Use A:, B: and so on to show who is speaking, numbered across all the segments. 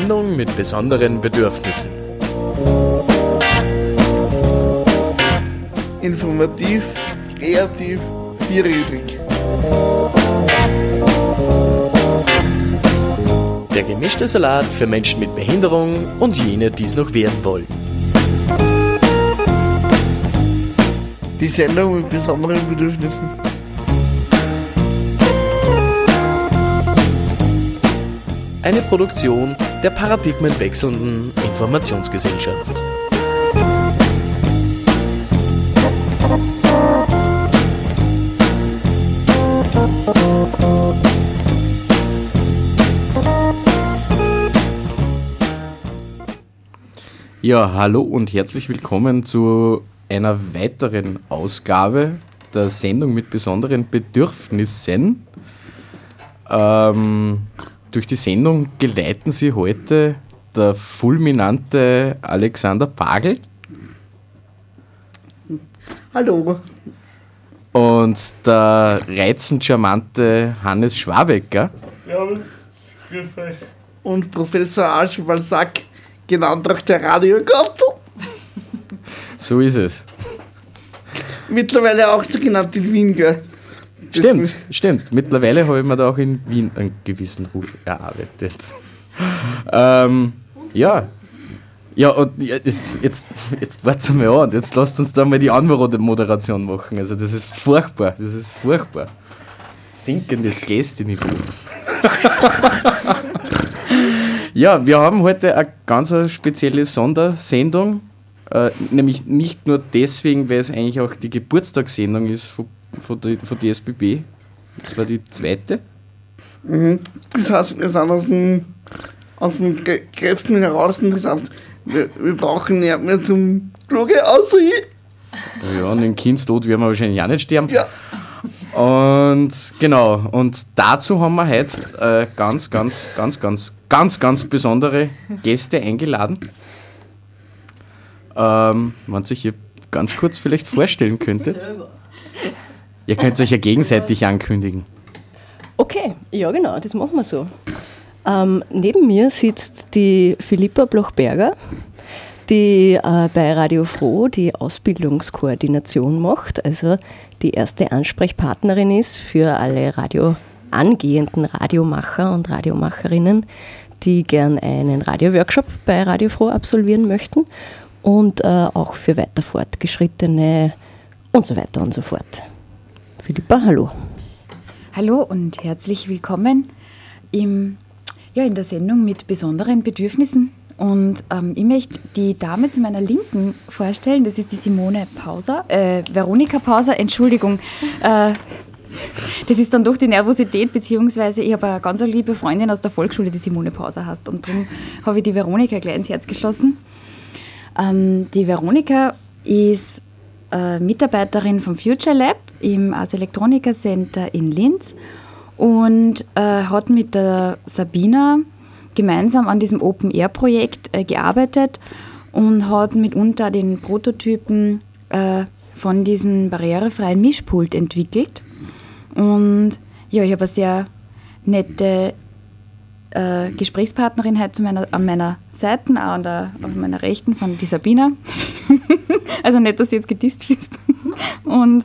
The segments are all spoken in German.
A: Sendung mit besonderen Bedürfnissen.
B: Informativ, kreativ, vierrädrig.
A: Der gemischte Salat für Menschen mit Behinderung und jene, die es noch werden wollen.
B: Die Sendung mit besonderen Bedürfnissen.
A: Eine Produktion der paradigmenwechselnden Informationsgesellschaft.
C: Ja, hallo und herzlich willkommen zu einer weiteren Ausgabe der Sendung mit besonderen Bedürfnissen. Durch die Sendung geleiten Sie heute der fulminante Alexander Pagel.
B: Hallo.
C: Und der reizend charmante Hannes Schwabecker.
B: Ja, grüß euch. Und Professor Archibald Sack, genannt auch der Radiogott.
C: So ist es.
B: Mittlerweile auch so genannt in Wien, gell?
C: Stimmt. Mittlerweile habe ich mir da auch in Wien einen gewissen Ruf erarbeitet. Ja, und jetzt warten wir an und jetzt lasst uns da mal die Anmoderation machen. Also das ist furchtbar. Sinkendes Gästeniveau. Ja, wir haben heute eine ganz spezielle Sondersendung. Nämlich nicht nur deswegen, weil es eigentlich auch die Geburtstagssendung ist von der SBB. Das war die zweite.
B: Das heißt, wir sind aus den Kräften heraus. Das heißt, wir brauchen nicht mehr zum Kluge außer ich.
C: Ja, und den Kindstod werden wir wahrscheinlich auch nicht sterben.
B: Ja.
C: Und genau, und dazu haben wir heute ganz besondere Gäste eingeladen. Wenn ihr euch hier ganz kurz vielleicht vorstellen könntet. Ihr könnt euch ja gegenseitig ankündigen.
D: Okay, ja genau, das machen wir so. Neben mir sitzt die Philippa Bloch-Berger, die bei Radio Froh die Ausbildungskoordination macht, also die erste Ansprechpartnerin ist für alle angehenden Radiomacher und Radiomacherinnen, die gern einen Radioworkshop bei Radio Froh absolvieren möchten und auch für weiter Fortgeschrittene und so weiter und so fort. Philippa, hallo.
E: Hallo und herzlich willkommen in der Sendung mit besonderen Bedürfnissen. Und ich möchte die Dame zu meiner Linken vorstellen, das ist die Veronika Pauser, Entschuldigung. Das ist dann doch die Nervosität, beziehungsweise ich habe eine ganz liebe Freundin aus der Volksschule, die Simone Pauser heißt. Und darum habe ich die Veronika gleich ins Herz geschlossen. Die Veronika ist Mitarbeiterin vom Future Lab im Ars Electronica Center in Linz und hat mit der Sabina gemeinsam an diesem Open-Air-Projekt gearbeitet und hat mitunter den Prototypen von diesem barrierefreien Mischpult entwickelt. Und ja, ich habe eine sehr nette Gesprächspartnerin heute an meiner Seite, auch auf meiner Rechten, von die Sabina. Also nicht, dass sie jetzt gedisst ist. Und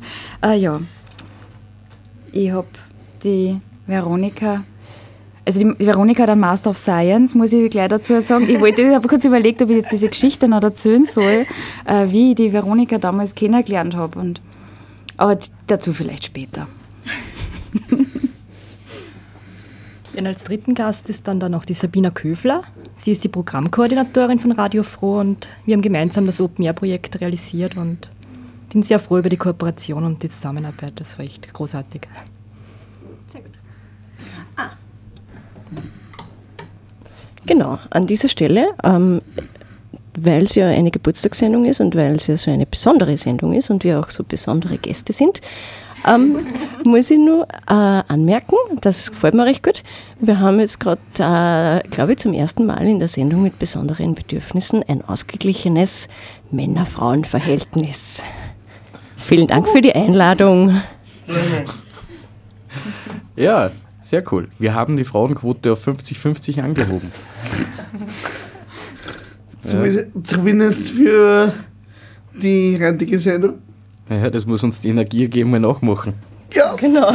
E: ich habe die Veronika, also die Veronika hat einen Master of Science, muss ich gleich dazu sagen. Ich habe kurz überlegt, ob ich jetzt diese Geschichte noch erzählen soll, wie ich die Veronika damals kennengelernt habe. Aber dazu vielleicht später.
D: Und als dritten Gast ist dann noch die Sabina Köfler. Sie ist die Programmkoordinatorin von Radio Froh und wir haben gemeinsam das Open-Air-Projekt realisiert und bin sehr froh über die Kooperation und die Zusammenarbeit. Das war echt großartig. Sehr gut. Genau, an dieser Stelle, weil es ja eine Geburtstagssendung ist und weil es ja so eine besondere Sendung ist und wir auch so besondere Gäste sind, muss ich nur anmerken, das gefällt mir recht gut. Wir haben jetzt gerade, glaube ich, zum ersten Mal in der Sendung mit besonderen Bedürfnissen ein ausgeglichenes Männer-Frauen-Verhältnis. Vielen Dank für die Einladung.
C: Ja, Sehr cool. Wir haben die Frauenquote auf 50-50 angehoben.
B: Zumindest für die heutige Sendung.
C: Ja, das muss uns die Energie geben, mal nachmachen.
B: Ja,
D: Genau.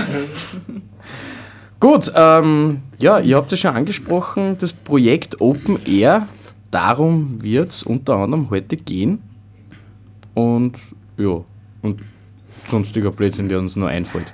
C: Gut, ja, ihr habt es schon angesprochen, das Projekt Open Air, darum wird es unter anderem heute gehen. Und ja, und sonstiger Blödsinn, der uns nur einfällt.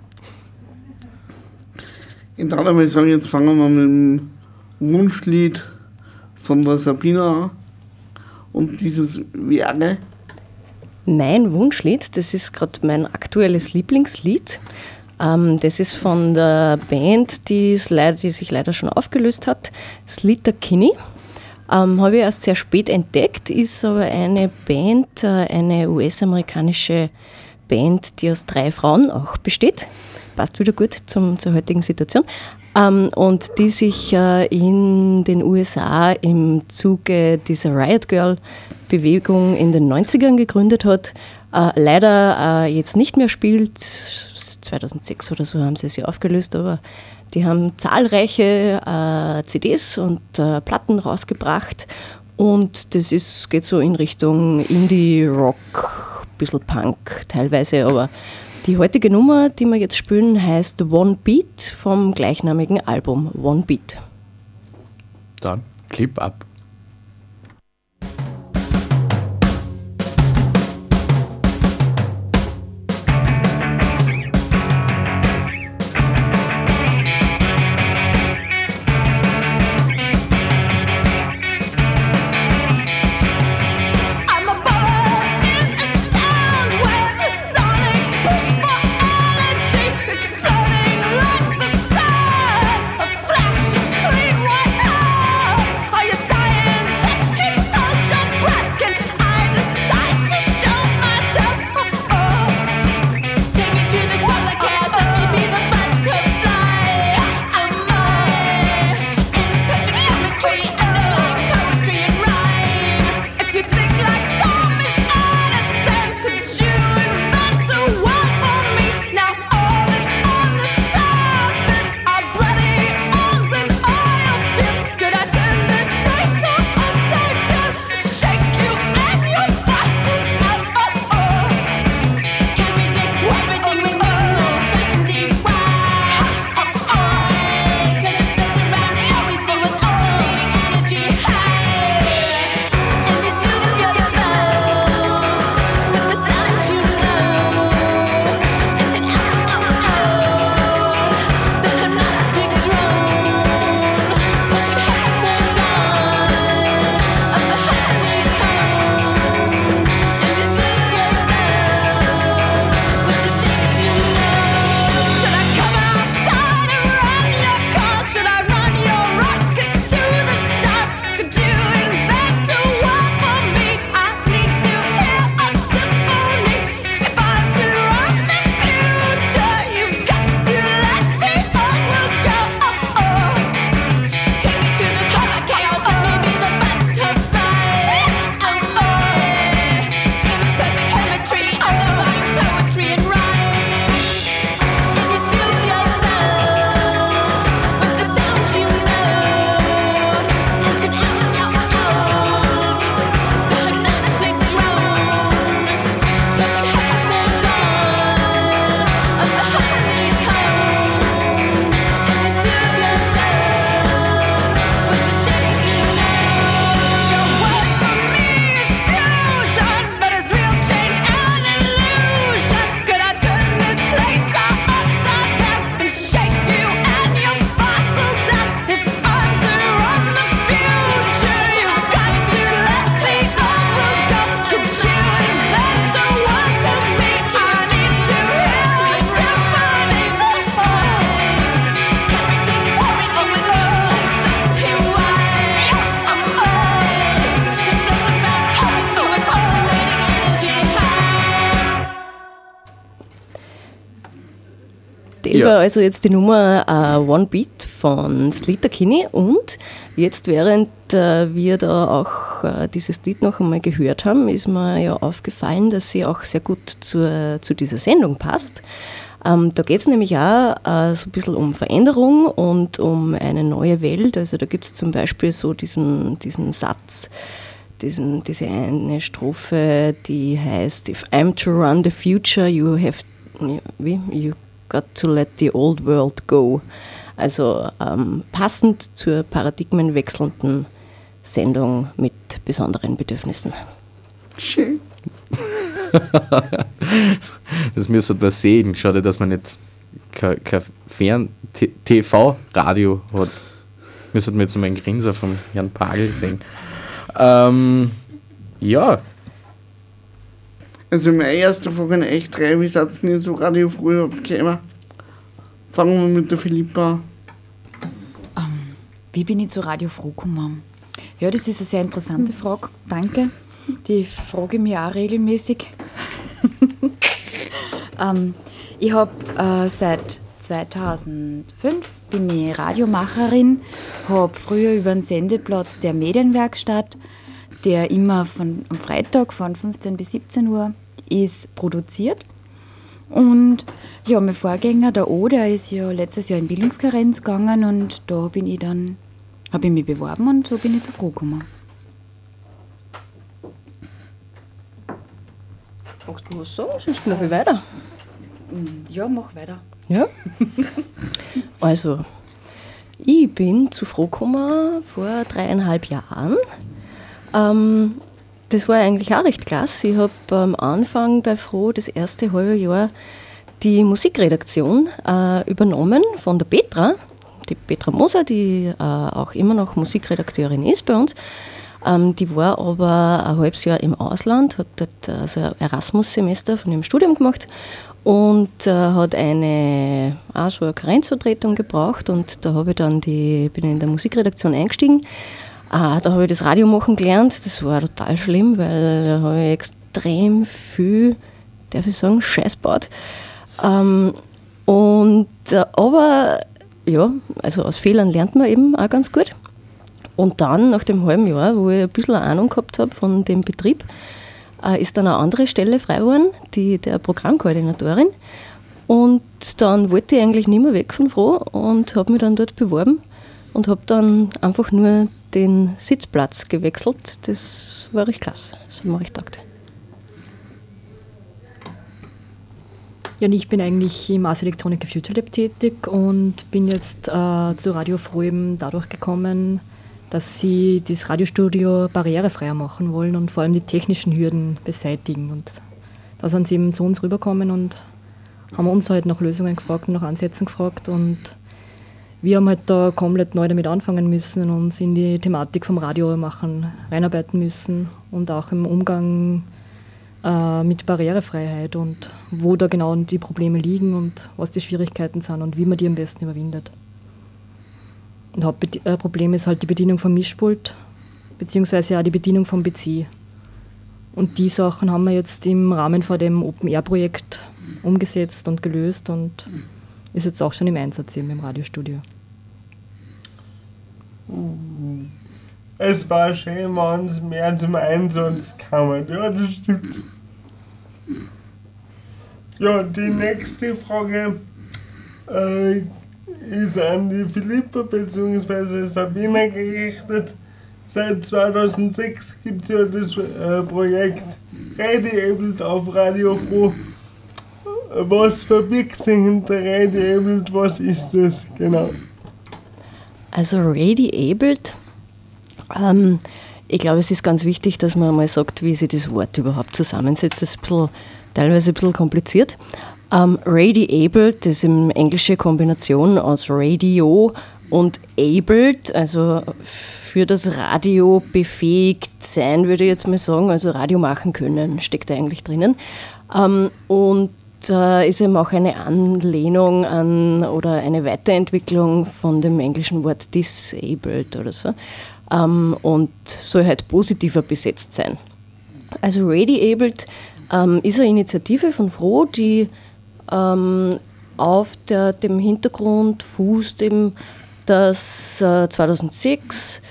B: in der würde ich sagen, jetzt fangen wir mit dem Wunschlied von der Sabina an. Und dieses wäre.
D: Mein Wunschlied, das ist gerade mein aktuelles Lieblingslied. Das ist von der Band, die sich leider schon aufgelöst hat, Sleater Kinney. Habe ich erst sehr spät entdeckt, ist aber eine Band, eine US-amerikanische Band, die aus 3 Frauen auch besteht. Passt wieder gut zur heutigen Situation. Und die sich in den USA im Zuge dieser Riot Girl-Bewegung in den 90ern gegründet hat. Leider jetzt nicht mehr spielt. 2006 oder so haben sie sich aufgelöst, aber die haben zahlreiche CDs und Platten rausgebracht. Und das geht so in Richtung Indie-Rock, ein bisschen Punk teilweise, aber die heutige Nummer, die wir jetzt spielen, heißt One Beat vom gleichnamigen Album One Beat.
C: Dann Clip ab.
D: Das war also jetzt die Nummer One Beat von Sleater Kinney und jetzt, während wir da auch dieses Lied noch einmal gehört haben, ist mir ja aufgefallen, dass sie auch sehr gut zu dieser Sendung passt. Da geht es nämlich auch so ein bisschen um Veränderung und um eine neue Welt. Also da gibt es zum Beispiel so diesen Satz, diese eine Strophe, die heißt: If I'm to run the future, you got to let the old world go. Also passend zur paradigmenwechselnden Sendung mit besonderen Bedürfnissen.
B: Schön.
C: Das müsste man sehen. Schade, dass man nicht kein TV-Radio hat. Müsste man jetzt mal einen Grinser von Jan Pagel sehen. Ja.
B: Also meine erste Frage an euch drei, wie seid ihr so Radio früher gekommen? Fangen wir mit der Philippa.
E: Wie bin ich zu Radio Froh gekommen? Ja, das ist eine sehr interessante Frage. Danke. Die frage ich mich auch regelmäßig. Ich habe seit 2005 bin ich Radiomacherin, habe früher über den Sendeplatz der Medienwerkstatt, der immer am Freitag von 15 bis 17 Uhr ist, produziert. Und ja, mein Vorgänger, der O, der ist ja letztes Jahr in Bildungskarenz gegangen und da habe ich mich beworben und so bin ich zu Froh gekommen.
D: Magst du was sagen? Sonst mache ich weiter.
E: Ja, mach weiter.
D: Ja. Also, ich bin zu Froh gekommen vor 3,5 Jahren. Das war eigentlich auch recht klasse. Ich habe am Anfang bei Froh das erste halbe Jahr die Musikredaktion übernommen von der Petra, die Petra Moser, die auch immer noch Musikredakteurin ist bei uns. Die war aber ein halbes Jahr im Ausland, hat dort so ein Erasmus-Semester von ihrem Studium gemacht und hat eine Karenzvertretung gebraucht und da habe ich dann bin in der Musikredaktion eingestiegen. Da habe ich das Radio machen gelernt, das war total schlimm, weil da habe ich extrem viel, darf ich sagen, Scheiß gebaut. Aber ja, also aus Fehlern lernt man eben auch ganz gut. Und dann, nach dem halben Jahr, wo ich ein bisschen Ahnung gehabt habe von dem Betrieb, ist dann eine andere Stelle frei geworden, die der Programmkoordinatorin. Und dann wollte ich eigentlich nicht mehr weg von Froh und habe mich dann dort beworben und habe dann einfach nur den Sitzplatz gewechselt. Das war recht klasse, das hat mir recht getaugt.
F: Ja, und ich bin eigentlich im Ars Electronica Future Lab tätig und bin jetzt zu Radio Froh eben dadurch gekommen, dass sie das Radiostudio barrierefreier machen wollen und vor allem die technischen Hürden beseitigen. Und da sind sie eben zu uns rübergekommen und haben uns halt nach Lösungen gefragt und nach Ansätzen gefragt. Und wir haben halt da komplett neu damit anfangen müssen und uns in die Thematik vom Radiomachen reinarbeiten müssen und auch im Umgang mit Barrierefreiheit und wo da genau die Probleme liegen und was die Schwierigkeiten sind und wie man die am besten überwindet. Und Hauptproblem ist halt die Bedienung vom Mischpult, beziehungsweise auch die Bedienung vom PC. Und die Sachen haben wir jetzt im Rahmen von dem Open-Air-Projekt umgesetzt und gelöst und ist jetzt auch schon im Einsatz eben im Radiostudio.
G: Es war schön, wenn es mehr zum Einsatz kam. Ja, das stimmt. Ja, die nächste Frage ist an die Philippa bzw. Sabine gerichtet. Seit 2006 gibt es ja das Projekt Radioabled auf Radio Froh. Was verbirgt sich hinter Radioabled? Was ist das genau?
D: Also Radioabled, ich glaube, es ist ganz wichtig, dass man mal sagt, wie sich das Wort überhaupt zusammensetzt. Das ist teilweise ein bisschen kompliziert. Radioabled ist im englische Kombination aus Radio und abled, also für das Radio befähigt sein, würde ich jetzt mal sagen, also Radio machen können, steckt da eigentlich drinnen. Und ist eben auch eine Anlehnung an oder eine Weiterentwicklung von dem englischen Wort disabled oder so. Und soll halt positiver besetzt sein. Also Radioabled ist eine Initiative von Froh, die auf dem Hintergrund fußt, eben, dass 2006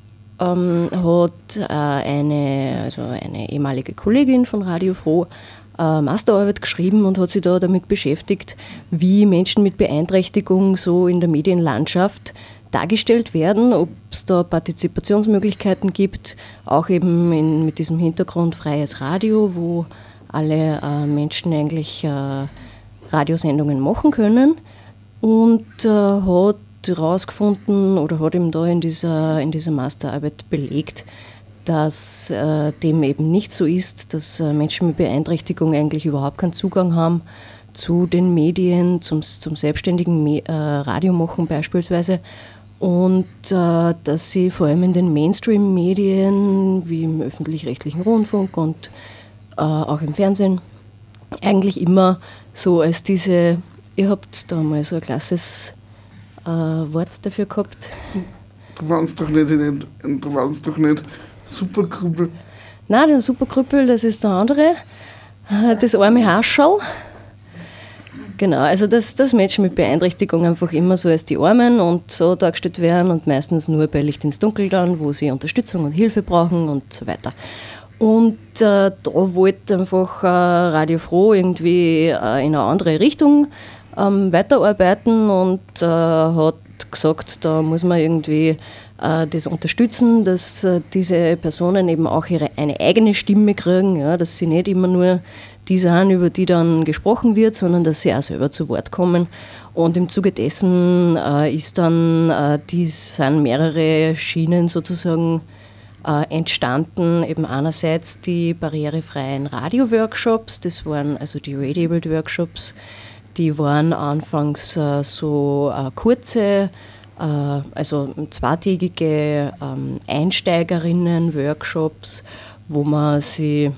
D: hat eine ehemalige Kollegin von Radio Froh Masterarbeit geschrieben und hat sich da damit beschäftigt, wie Menschen mit Beeinträchtigung so in der Medienlandschaft dargestellt werden, ob es da Partizipationsmöglichkeiten gibt, auch eben mit diesem Hintergrund freies Radio, wo alle Menschen eigentlich Radiosendungen machen können, und hat herausgefunden oder hat eben da in dieser Masterarbeit belegt, dass dem eben nicht so ist, dass Menschen mit Beeinträchtigung eigentlich überhaupt keinen Zugang haben zu den Medien, zum selbstständigen Radiomachen beispielsweise, und dass sie vor allem in den Mainstream-Medien wie im öffentlich-rechtlichen Rundfunk und auch im Fernsehen eigentlich immer so als diese, ihr habt da mal so ein klasses Wort dafür gehabt.
B: Du warst doch nicht Superkrüppel.
D: Nein, der Superkrüppel, das ist der andere, das arme Haschall. Genau, also dass Menschen mit Beeinträchtigung einfach immer so als die Armen und so dargestellt werden und meistens nur bei Licht ins Dunkel dann, wo sie Unterstützung und Hilfe brauchen und so weiter. Und da wollte einfach Radio Froh irgendwie in eine andere Richtung weiterarbeiten und hat gesagt, da muss man irgendwie das unterstützen, dass diese Personen eben auch eine eigene Stimme kriegen, ja, dass sie nicht immer nur die sind, über die dann gesprochen wird, sondern dass sie auch selber zu Wort kommen. Und im Zuge dessen sind mehrere Schienen sozusagen entstanden, eben einerseits die barrierefreien Radio-Workshops, das waren also die Radiabled-Workshops, die waren anfangs so kurze, also zweitägige Einsteigerinnen-Workshops, wo man sie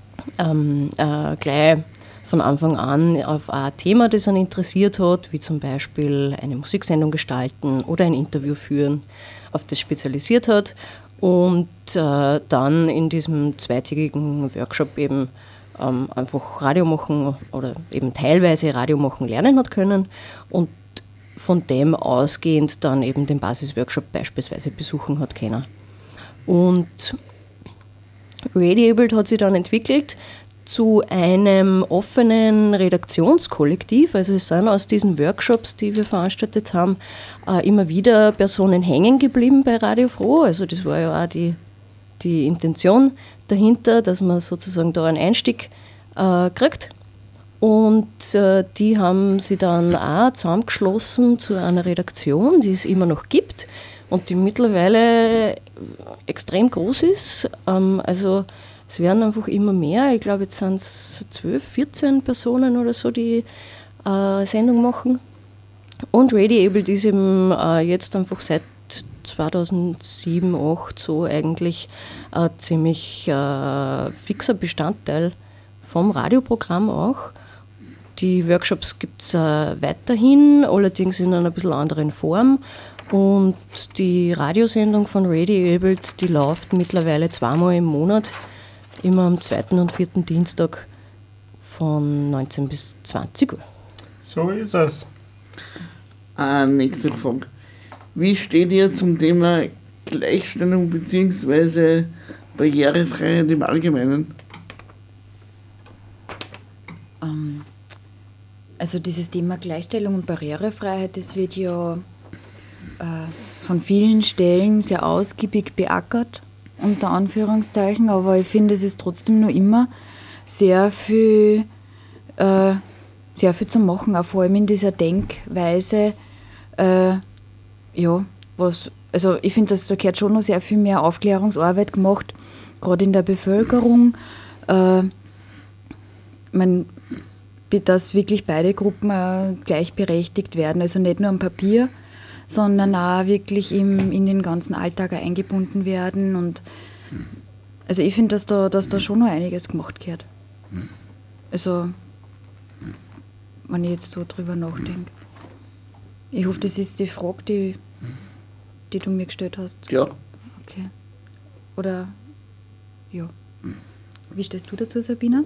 D: gleich von Anfang an auf ein Thema, das einen interessiert hat, wie zum Beispiel eine Musiksendung gestalten oder ein Interview führen, auf das spezialisiert hat und dann in diesem zweitägigen Workshop eben einfach Radio machen oder eben teilweise Radio machen lernen hat können und von dem ausgehend dann eben den Basisworkshop beispielsweise besuchen hat können. Und Radiabled hat sich dann entwickelt zu einem offenen Redaktionskollektiv. Also es sind aus diesen Workshops, die wir veranstaltet haben, immer wieder Personen hängen geblieben bei Radio Froh. Also das war ja auch die Intention dahinter, dass man sozusagen da einen Einstieg kriegt. Und die haben sie dann auch zusammengeschlossen zu einer Redaktion, die es immer noch gibt und die mittlerweile extrem groß ist. Also es werden einfach immer mehr. Ich glaube, jetzt sind es 12, 14 Personen oder so, die Sendung machen. Und Radiabled ist eben jetzt einfach seit 2007, 2008 so eigentlich ein ziemlich fixer Bestandteil vom Radioprogramm auch. Die Workshops gibt es weiterhin, allerdings in einer bisschen anderen Form. Und die Radiosendung von Radiabled, die läuft mittlerweile 2-mal im Monat, immer am 2. und 4. Dienstag von 19 bis 20 Uhr.
G: So ist es.
B: Nächste Frage. Wie steht ihr zum Thema Gleichstellung bzw. Barrierefreiheit im Allgemeinen?
E: Also dieses Thema Gleichstellung und Barrierefreiheit, das wird ja von vielen Stellen sehr ausgiebig beackert, unter Anführungszeichen, aber ich finde, es ist trotzdem noch immer sehr viel zu machen, auch vor allem in dieser Denkweise. Also ich finde, da gehört schon noch sehr viel mehr Aufklärungsarbeit gemacht, gerade in der Bevölkerung. Dass wirklich beide Gruppen gleichberechtigt werden, also nicht nur am Papier, sondern auch wirklich in den ganzen Alltag eingebunden werden. Und also ich finde, dass da schon noch einiges gemacht gehört. Also, wenn ich jetzt so drüber nachdenke. Ich hoffe, das ist die Frage, die du mir gestellt hast.
B: Ja.
E: Okay. Oder, ja. Wie stehst du dazu, Sabina?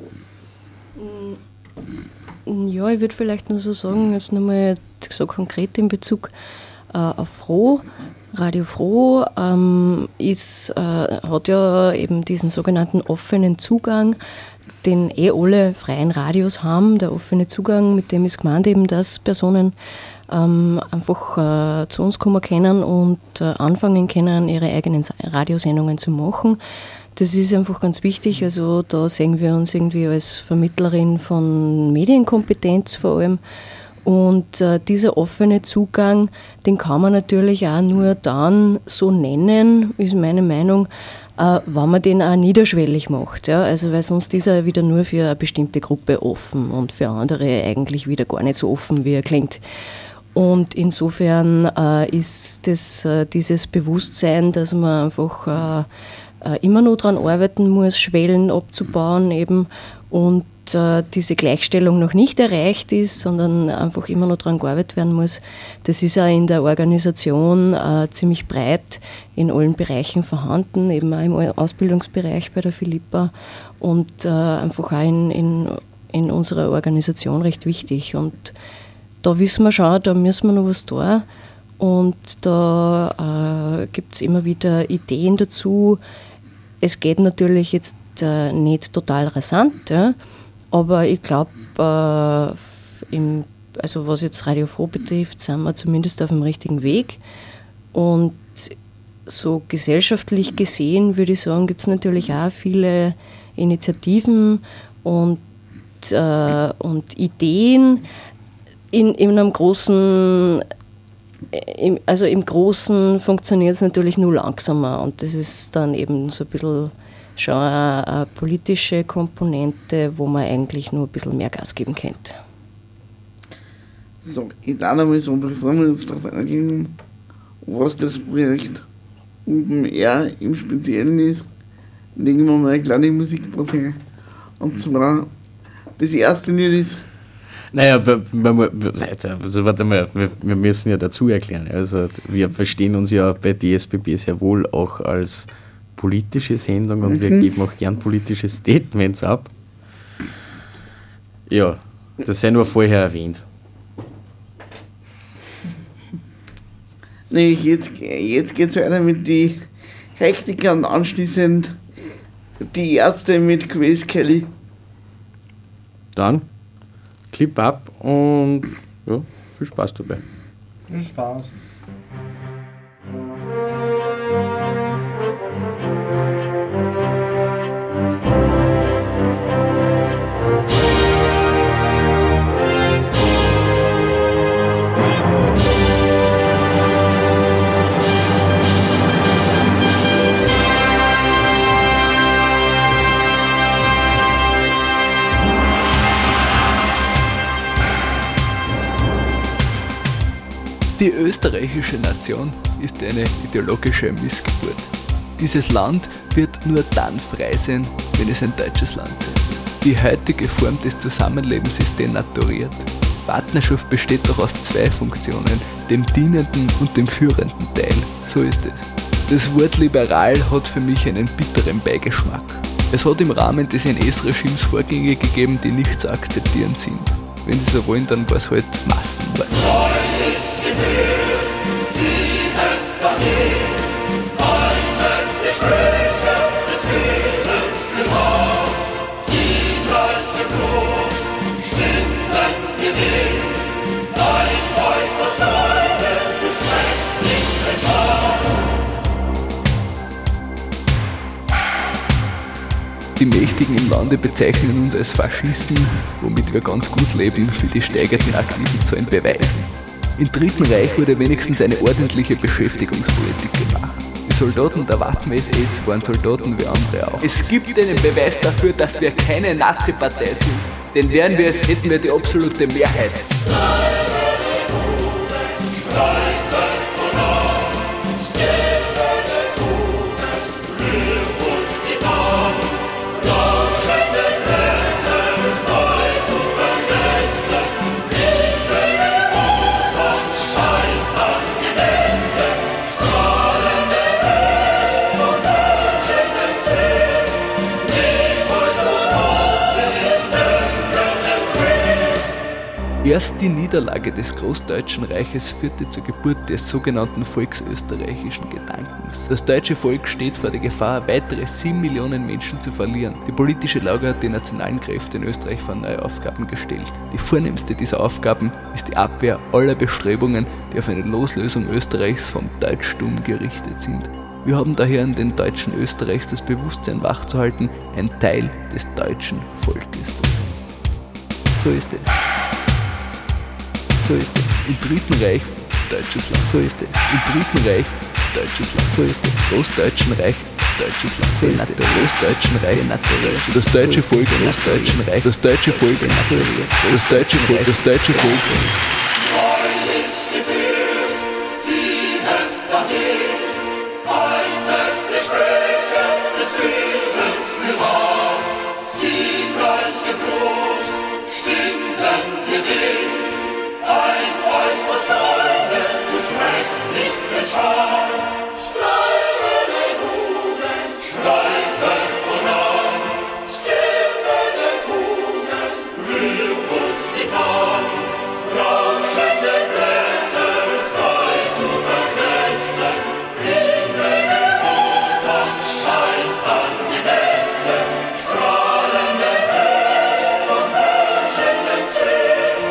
D: Ja, ich würde vielleicht nur so sagen, jetzt nochmal so konkret in Bezug auf Froh. Radio Froh hat ja eben diesen sogenannten offenen Zugang. den alle freien Radios haben, der offene Zugang, mit dem ist gemeint eben, dass Personen einfach zu uns kommen können und anfangen können, ihre eigenen Radiosendungen zu machen. Das ist einfach ganz wichtig, also da sehen wir uns irgendwie als Vermittlerin von Medienkompetenz vor allem. Und dieser offene Zugang, den kann man natürlich auch nur dann so nennen, ist meine Meinung, wenn man den auch niederschwellig macht. Ja? Also weil sonst ist er wieder nur für eine bestimmte Gruppe offen und für andere eigentlich wieder gar nicht so offen, wie er klingt. Und insofern ist das dieses Bewusstsein, dass man einfach immer noch daran arbeiten muss, Schwellen abzubauen eben und diese Gleichstellung noch nicht erreicht ist, sondern einfach immer noch daran gearbeitet werden muss. Das ist auch in der Organisation ziemlich breit in allen Bereichen vorhanden, eben auch im Ausbildungsbereich bei der Philippa und einfach auch in unserer Organisation recht wichtig. Und da wissen wir schon, da müssen wir noch was tun. Und da gibt es immer wieder Ideen dazu. Es geht natürlich jetzt nicht total rasant, ja, aber ich glaube, also was jetzt Radio Froh betrifft, sind wir zumindest auf dem richtigen Weg. Und so gesellschaftlich gesehen, würde ich sagen, gibt es natürlich auch viele Initiativen und Ideen. In einem großen, im Großen funktioniert es natürlich nur langsamer und das ist dann eben so ein bisschen schon eine politische Komponente, wo man eigentlich nur ein bisschen mehr Gas geben könnte.
B: So, ich darf einmal so, bevor wir jetzt darauf eingehen, was das Projekt OpenR im Speziellen ist, legen wir mal eine kleine Musikpause ein. Und zwar, das erste Lied ist.
C: Naja, also warte mal, wir müssen ja dazu erklären. Also wir verstehen uns ja bei DSBB sehr wohl auch als politische Sendung und wir geben auch gern politische Statements ab. Ja, das sei nur vorher erwähnt.
B: Nee, jetzt geht's weiter mit die Hektiker und anschließend die Ärzte mit Grace Kelly.
C: Dann Clip ab und ja, viel Spaß dabei.
G: Viel Spaß.
H: Die österreichische Nation ist eine ideologische Missgeburt. Dieses Land wird nur dann frei sein, wenn es ein deutsches Land sein wird. Die heutige Form des Zusammenlebens ist denaturiert. Partnerschaft besteht doch aus zwei Funktionen, dem dienenden und dem führenden Teil. So ist es. Das Wort liberal hat für mich einen bitteren Beigeschmack. Es hat im Rahmen des NS-Regimes Vorgänge gegeben, die nicht zu akzeptieren sind. Wenn sie so wollen, dann war es halt Massenwahl. Die Mächtigen im Lande bezeichnen uns als Faschisten, womit wir ganz gut leben, für die steigenden aktiven Zahlen beweisen. Im Dritten Reich wurde wenigstens eine ordentliche Beschäftigungspolitik gemacht. Die Soldaten der Waffen-SS waren Soldaten wie andere auch. Es gibt einen Beweis dafür, dass wir keine Nazi-Partei sind, denn wären wir es, hätten wir die absolute Mehrheit. Die Erst die Niederlage des Großdeutschen Reiches führte zur Geburt des sogenannten volksösterreichischen Gedankens. Das deutsche Volk steht vor der Gefahr, weitere 7 Millionen Menschen zu verlieren. Die politische Lage hat die nationalen Kräfte in Österreich vor neue Aufgaben gestellt. Die vornehmste dieser Aufgaben ist die Abwehr aller Bestrebungen, die auf eine Loslösung Österreichs vom Deutschtum gerichtet sind. Wir haben daher in den Deutschen Österreichs das Bewusstsein wachzuhalten, ein Teil des deutschen Volkes zu sein. So ist es. So ist es. Im Dritten Reich, deutsches Land. So ist es. Im Dritten Reich, deutsches Land. So ist es. Großdeutschen Reich, deutsches Land. So ist es. Großdeutschen Reich, das deutsche Volk, Großdeutschen Reich, das deutsche Volk, das deutsche Volk, das deutsche Volk.
I: Treulich geführt, ziehet dahin, haltet die Sprüche des Führers gewahr, siegreich geblut, Stimmen gewinn. Eint euch aus Säule zu schrecklichsten Schar. Streitende Jugend, schreitet voran. Stimmende Tugend, rühr uns nicht an. Rauschende Blätter sei zu vergessen. Himmel Gehorsam scheint angemessen. Strahlende Höhe vom herrschenden Zwift.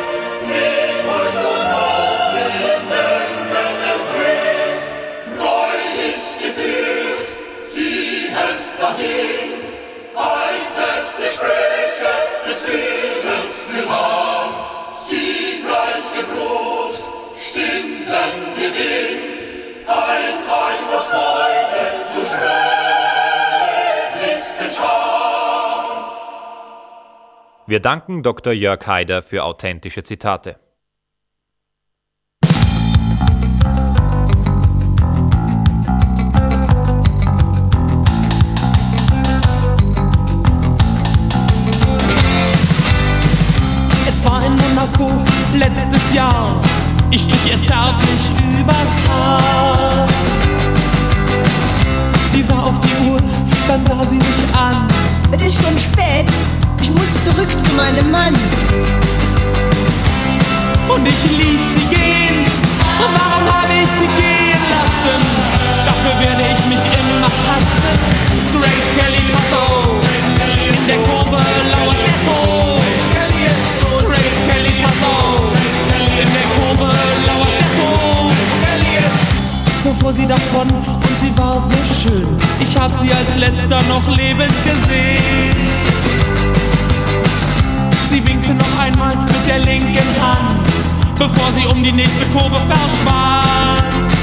I: Dahin, haltet die Sprüche des Führers gewahr, siegreich geblut, Stimmen gewinn, eint euch aus Säule zu schrecklichsten Schar.
J: Wir danken Dr. Jörg Haider für authentische Zitate.
K: Letztes Jahr, ich strich ihr zärtlich übers Haar. Die war auf die Uhr, dann sah sie mich an.
L: Es ist schon spät, ich muss zurück zu meinem Mann.
K: Und ich ließ sie gehen, warum habe ich sie gehen lassen? Dafür werde ich mich immer hassen. Grace Kelly, pass auf, in der Kurve lauert Ghetto. Grace Kelly, pass auf, in der Kurve lauert Ghetto. So fuhr sie davon und sie war so schön. Ich hab sie als letzter noch lebend gesehen. Sie winkte noch einmal mit der linken Hand, bevor sie um die nächste Kurve verschwand.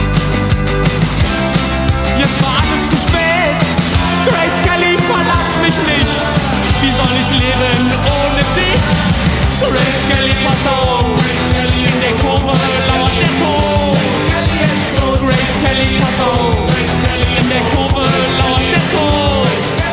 K: Jetzt war alles zu spät. Grace Kelly, verlass mich nicht. Wie soll ich leben ohne dich? Grace Kelly, pass auf, in der Kurve lauert der Tod. Grace Kelly, pass auf, in der Kurve lauert der Tod.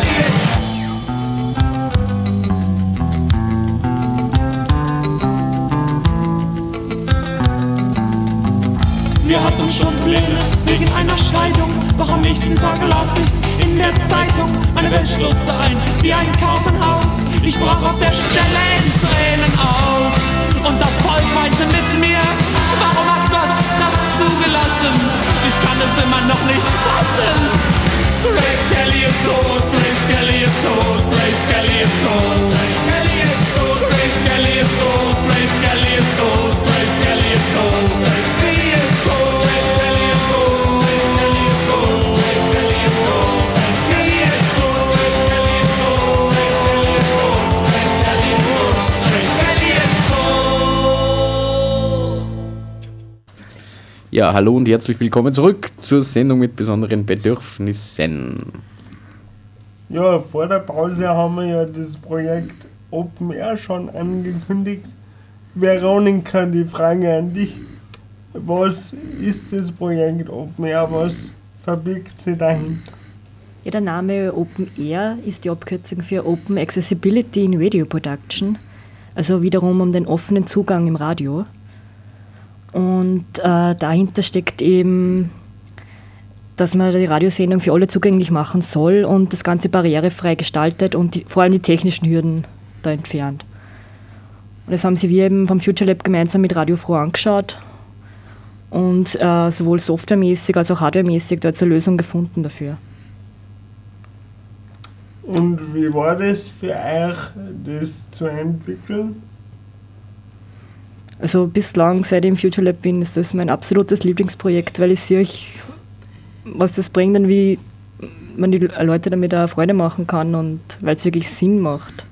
K: Wir hatten schon Pläne wegen einer Scheidung, doch am nächsten Tag las ich's in der Zeitung. Meine Welt stürzte ein wie ein Kartenhaus. Ich brach auf der Stelle in Tränen aus. Und das Volk weinte mit mir. Warum hat Gott das zugelassen? Ich kann es immer noch nicht fassen. Grace Kelly ist tot, Grace Kelly ist tot, Grace Kelly ist tot, Grace Kelly ist tot, Grace Kelly ist tot, Grace Kelly ist tot, Grace Kelly ist tot, Grace Kelly ist tot, Grace Kelly ist tot, Grace Kelly ist tot, Grace Kelly ist tot, Grace Kelly ist tot, Grace Kelly ist tot, Grace Kelly ist tot, Grace Kelly ist tot, Grace Kelly ist tot.
C: Ja, hallo und herzlich willkommen zurück zur Sendung mit besonderen Bedürfnissen.
G: Ja, vor der Pause haben wir ja das Projekt Open Air schon angekündigt. Veronika, die Frage an dich. Was ist das Projekt Open Air? Was verbirgt sich dahinter?
F: Ja, der Name Open Air ist die Abkürzung für Open Accessibility in Radio Production, also wiederum um den offenen Zugang im Radio. Und dahinter steckt eben, dass man die Radiosendung für alle zugänglich machen soll und das Ganze barrierefrei gestaltet und vor allem die technischen Hürden da entfernt. Und das haben sie wir eben vom Future Lab gemeinsam mit Radio Froh angeschaut und sowohl softwaremäßig als auch hardwaremäßig da jetzt eine Lösung gefunden dafür.
G: Und wie war das für euch, das zu entwickeln?
F: Also bislang, seit ich im Future Lab bin, ist das mein absolutes Lieblingsprojekt, weil ich sehe, was das bringt und wie man die Leute damit auch Freude machen kann und weil es wirklich Sinn macht.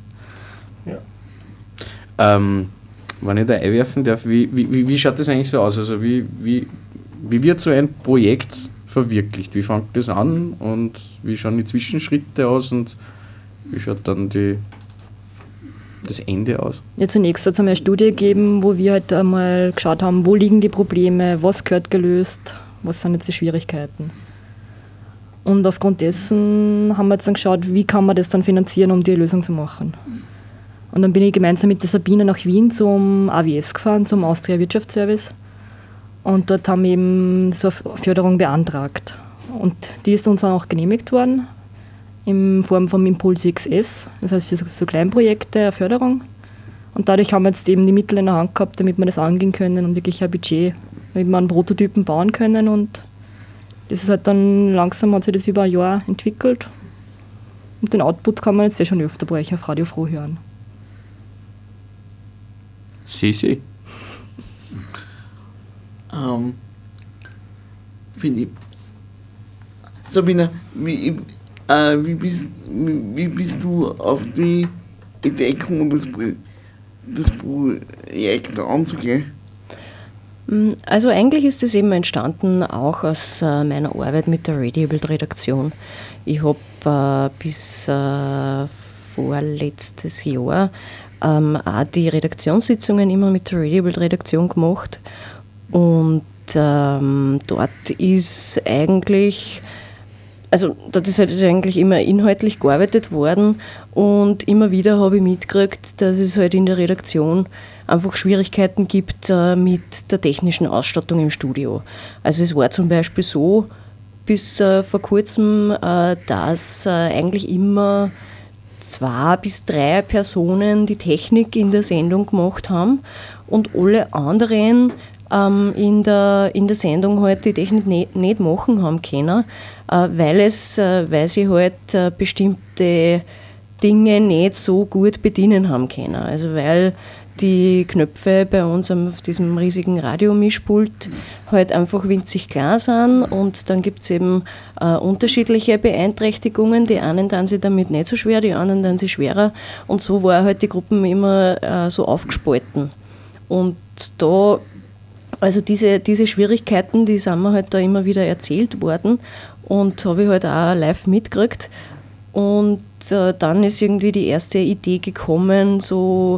G: Ja.
C: Wenn ich da einwerfen darf, wie schaut das eigentlich so aus? Also wie wird so ein Projekt verwirklicht? Wie fängt das an und wie schauen die Zwischenschritte aus und wie schaut dann das Ende aus?
F: Ja, zunächst hat es einmal eine Studie gegeben, wo wir halt einmal geschaut haben, wo liegen die Probleme, was gehört gelöst, was sind jetzt die Schwierigkeiten. Und aufgrund dessen haben wir jetzt dann geschaut, wie kann man das dann finanzieren, um die Lösung zu machen. Und dann bin ich gemeinsam mit der Sabine nach Wien zum AWS gefahren, zum Austria Wirtschaftsservice. Und dort haben wir eben so eine Förderung beantragt. Und die ist uns dann auch genehmigt worden, in Form vom Impuls XS, das heißt für so Kleinprojekte eine Förderung. Und dadurch haben wir jetzt eben die Mittel in der Hand gehabt, damit wir das angehen können und wirklich ein Budget, damit wir einen Prototypen bauen können. Und das ist halt dann langsam, hat sich das über ein Jahr entwickelt. Und den Output kann man jetzt schon öfter bei euch auf Radio Froh hören.
C: Sie.
B: Philipp. Sabina, wie bist du auf die Idee gekommen, das Projekt anzugehen?
D: Also eigentlich ist es eben entstanden auch aus meiner Arbeit mit der Radiobild-Redaktion. Ich habe bis vorletztes Jahr auch die Redaktionssitzungen immer mit der Radiobild-Redaktion gemacht. Und dort ist eigentlich immer inhaltlich gearbeitet worden und immer wieder habe ich mitgekriegt, dass es halt in der Redaktion einfach Schwierigkeiten gibt mit der technischen Ausstattung im Studio. Also es war zum Beispiel so, bis vor kurzem, dass eigentlich immer 2 bis 3 Personen die Technik in der Sendung gemacht haben und alle anderen in der Sendung halt die Technik nicht machen haben können, weil sie halt bestimmte Dinge nicht so gut bedienen haben können. Also weil die Knöpfe bei uns auf diesem riesigen Radiomischpult halt einfach winzig klein sind und dann gibt es eben unterschiedliche Beeinträchtigungen. Die einen tun sich damit nicht so schwer, die anderen tun sich schwerer und so war halt die Gruppen immer so aufgespalten. Und da, also diese Schwierigkeiten, die sind mir halt da immer wieder erzählt worden und habe ich halt auch live mitgekriegt. Und dann ist irgendwie die erste Idee gekommen, so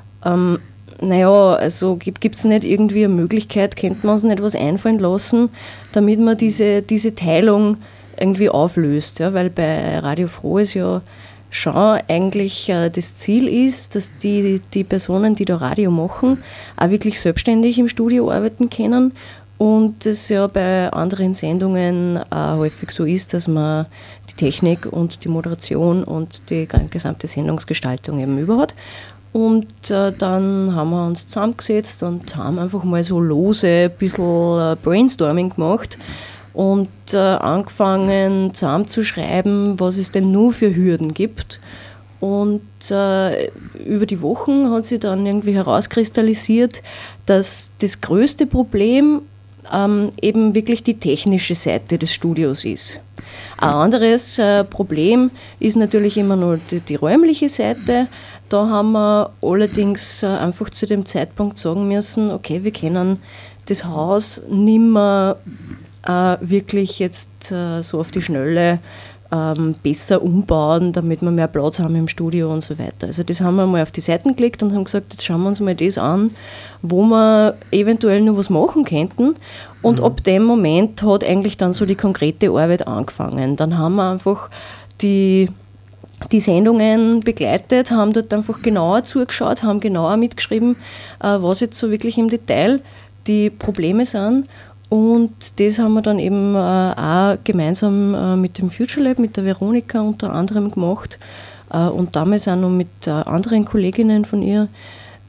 D: also gibt es nicht irgendwie eine Möglichkeit, könnte man uns nicht was einfallen lassen, damit man diese Teilung irgendwie auflöst. Ja? Weil bei Radio Froh ist ja schon eigentlich das Ziel ist, dass die Personen, die da Radio machen, auch wirklich selbstständig im Studio arbeiten können und es ja bei anderen Sendungen häufig so ist, dass man die Technik und die Moderation und die gesamte Sendungsgestaltung eben über hat. Und dann haben wir uns zusammengesetzt und haben einfach mal so lose ein bisschen Brainstorming gemacht und angefangen zusammenzuschreiben, was es denn nur für Hürden gibt. Und über die Wochen hat sich dann irgendwie herauskristallisiert, dass das größte Problem eben wirklich die technische Seite des Studios ist. Ein anderes Problem ist natürlich immer nur die räumliche Seite. Da haben wir allerdings einfach zu dem Zeitpunkt sagen müssen, okay, wir können das Haus nicht mehr wirklich jetzt so auf die Schnelle besser umbauen, damit wir mehr Platz haben im Studio und so weiter. Also das haben wir mal auf die Seiten gelegt und haben gesagt, jetzt schauen wir uns mal das an, wo wir eventuell noch was machen könnten. Und ab dem Moment hat eigentlich dann so die konkrete Arbeit angefangen. Dann haben wir einfach die Sendungen begleitet, haben dort einfach genauer zugeschaut, haben genauer mitgeschrieben, was jetzt so wirklich im Detail die Probleme sind. Und das haben wir dann eben auch gemeinsam mit dem Future Lab, mit der Veronika unter anderem gemacht und damals auch noch mit anderen Kolleginnen von ihr,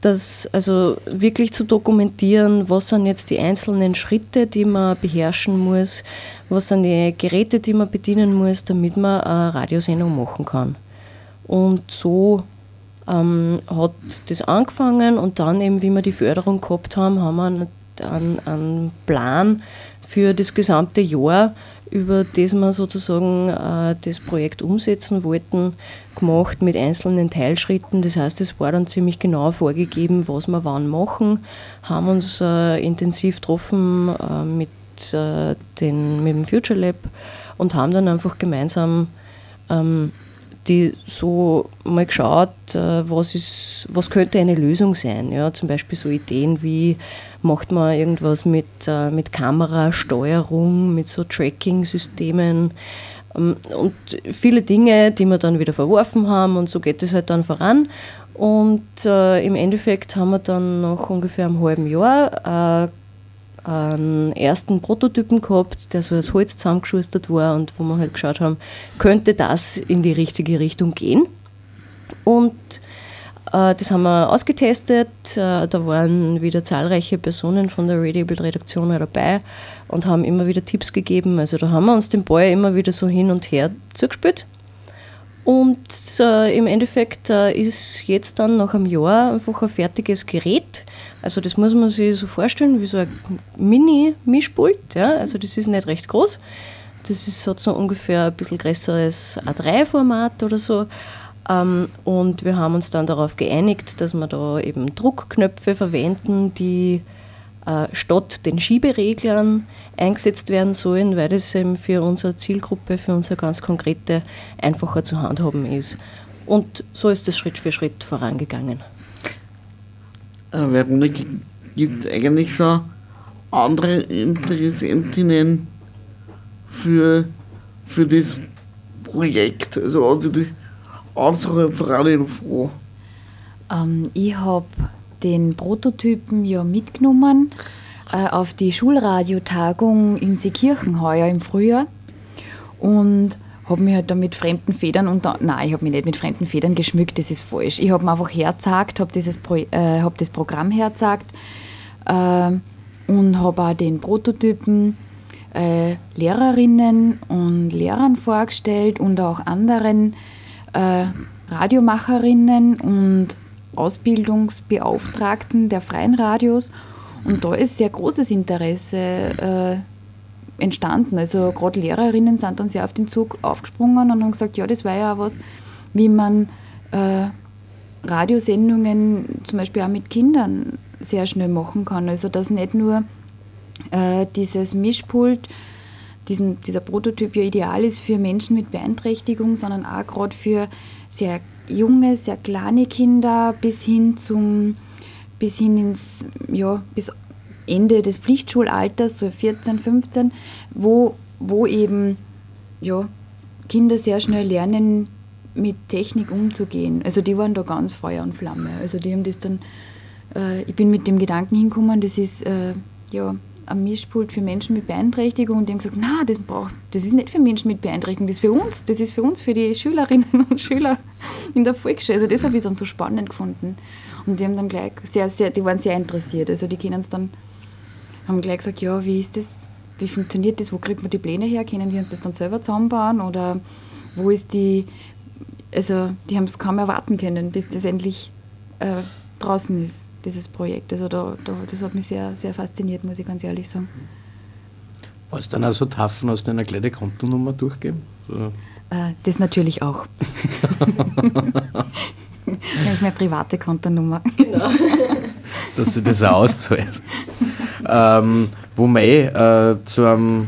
D: dass also wirklich zu dokumentieren, was sind jetzt die einzelnen Schritte, die man beherrschen muss, was sind die Geräte, die man bedienen muss, damit man eine Radiosendung machen kann. Und so hat das angefangen und dann eben, wie wir die Förderung gehabt haben, haben wir einen Plan für das gesamte Jahr, über das wir sozusagen das Projekt umsetzen wollten, gemacht mit einzelnen Teilschritten. Das heißt, es war dann ziemlich genau vorgegeben, was wir wann machen, haben uns intensiv getroffen mit dem Future Lab und haben dann einfach gemeinsam die so mal geschaut, was könnte eine Lösung sein. Ja, zum Beispiel so Ideen wie, macht man irgendwas mit Kamerasteuerung, mit so Tracking-Systemen und viele Dinge, die wir dann wieder verworfen haben und so geht es halt dann voran. Und im Endeffekt haben wir dann nach ungefähr einem halben Jahr einen ersten Prototypen gehabt, der so aus Holz zusammengeschustert war und wo wir halt geschaut haben, könnte das in die richtige Richtung gehen. Und das haben wir ausgetestet. Da waren wieder zahlreiche Personen von der Radiable-Redaktion dabei und haben immer wieder Tipps gegeben. Also da haben wir uns den Ball immer wieder so hin und her zugespielt. Und im Endeffekt ist jetzt dann nach einem Jahr einfach ein fertiges Gerät. Also das muss man sich so vorstellen wie so ein Mini-Mischpult. Ja? Also das ist nicht recht groß. Das hat so ungefähr ein bisschen größeres A3-Format oder so. Und wir haben uns dann darauf geeinigt, dass wir da eben Druckknöpfe verwenden, die statt den Schiebereglern eingesetzt werden sollen, weil das eben für unsere Zielgruppe, für unsere ganz konkrete, einfacher zu handhaben ist. Und so ist das Schritt für Schritt vorangegangen.
B: Veronika, gibt es eigentlich so andere Interessentinnen für das Projekt? Also außerhalb von Radio Froh?
E: Ich habe den Prototypen ja mitgenommen auf die Schulradiotagung in Seekirchen heuer im Frühjahr und habe mich halt da mit fremden Federn nein, ich habe mich nicht mit fremden Federn geschmückt, das ist falsch. Ich habe mir einfach hergezeigt, habe das Programm hergezeigt und habe auch den Prototypen Lehrerinnen und Lehrern vorgestellt und auch anderen Radiomacherinnen und Ausbildungsbeauftragten der freien Radios. Und da ist sehr großes Interesse entstanden. Also gerade Lehrerinnen sind dann sehr auf den Zug aufgesprungen und haben gesagt, ja, das wäre ja auch was, wie man Radiosendungen zum Beispiel auch mit Kindern sehr schnell machen kann. Also dass nicht nur dieses Mischpult, dieser Prototyp ja ideal ist für Menschen mit Beeinträchtigung, sondern auch gerade für sehr junge, sehr kleine Kinder bis Ende des Pflichtschulalters, so 14, 15, wo eben Kinder sehr schnell lernen, mit Technik umzugehen. Also die waren da ganz Feuer und Flamme. Also die haben das dann, ich bin mit dem Gedanken hingekommen, das ist ein Mischpult für Menschen mit Beeinträchtigung und die haben gesagt, nein, das ist nicht für Menschen mit Beeinträchtigung, das ist für uns, für die Schülerinnen und Schüler in der Volksschule. Also das habe ich dann so spannend gefunden. Und die haben dann gleich die waren sehr interessiert. Also die haben gleich gesagt, ja, wie ist das, wie funktioniert das, wo kriegt man die Pläne her, können wir uns das dann selber zusammenbauen oder wo ist die haben es kaum erwarten können, bis das endlich draußen ist, dieses Projekt. Also das hat mich sehr, sehr fasziniert, muss ich ganz ehrlich sagen.
C: War es dann auch so Taffen, hast du eine kleine Kontonummer durchgeben?
E: Das natürlich auch. Nämlich meine private Kontonummer.
D: Genau.
C: Dass sie das auch auszahlt. Wo wir zu einem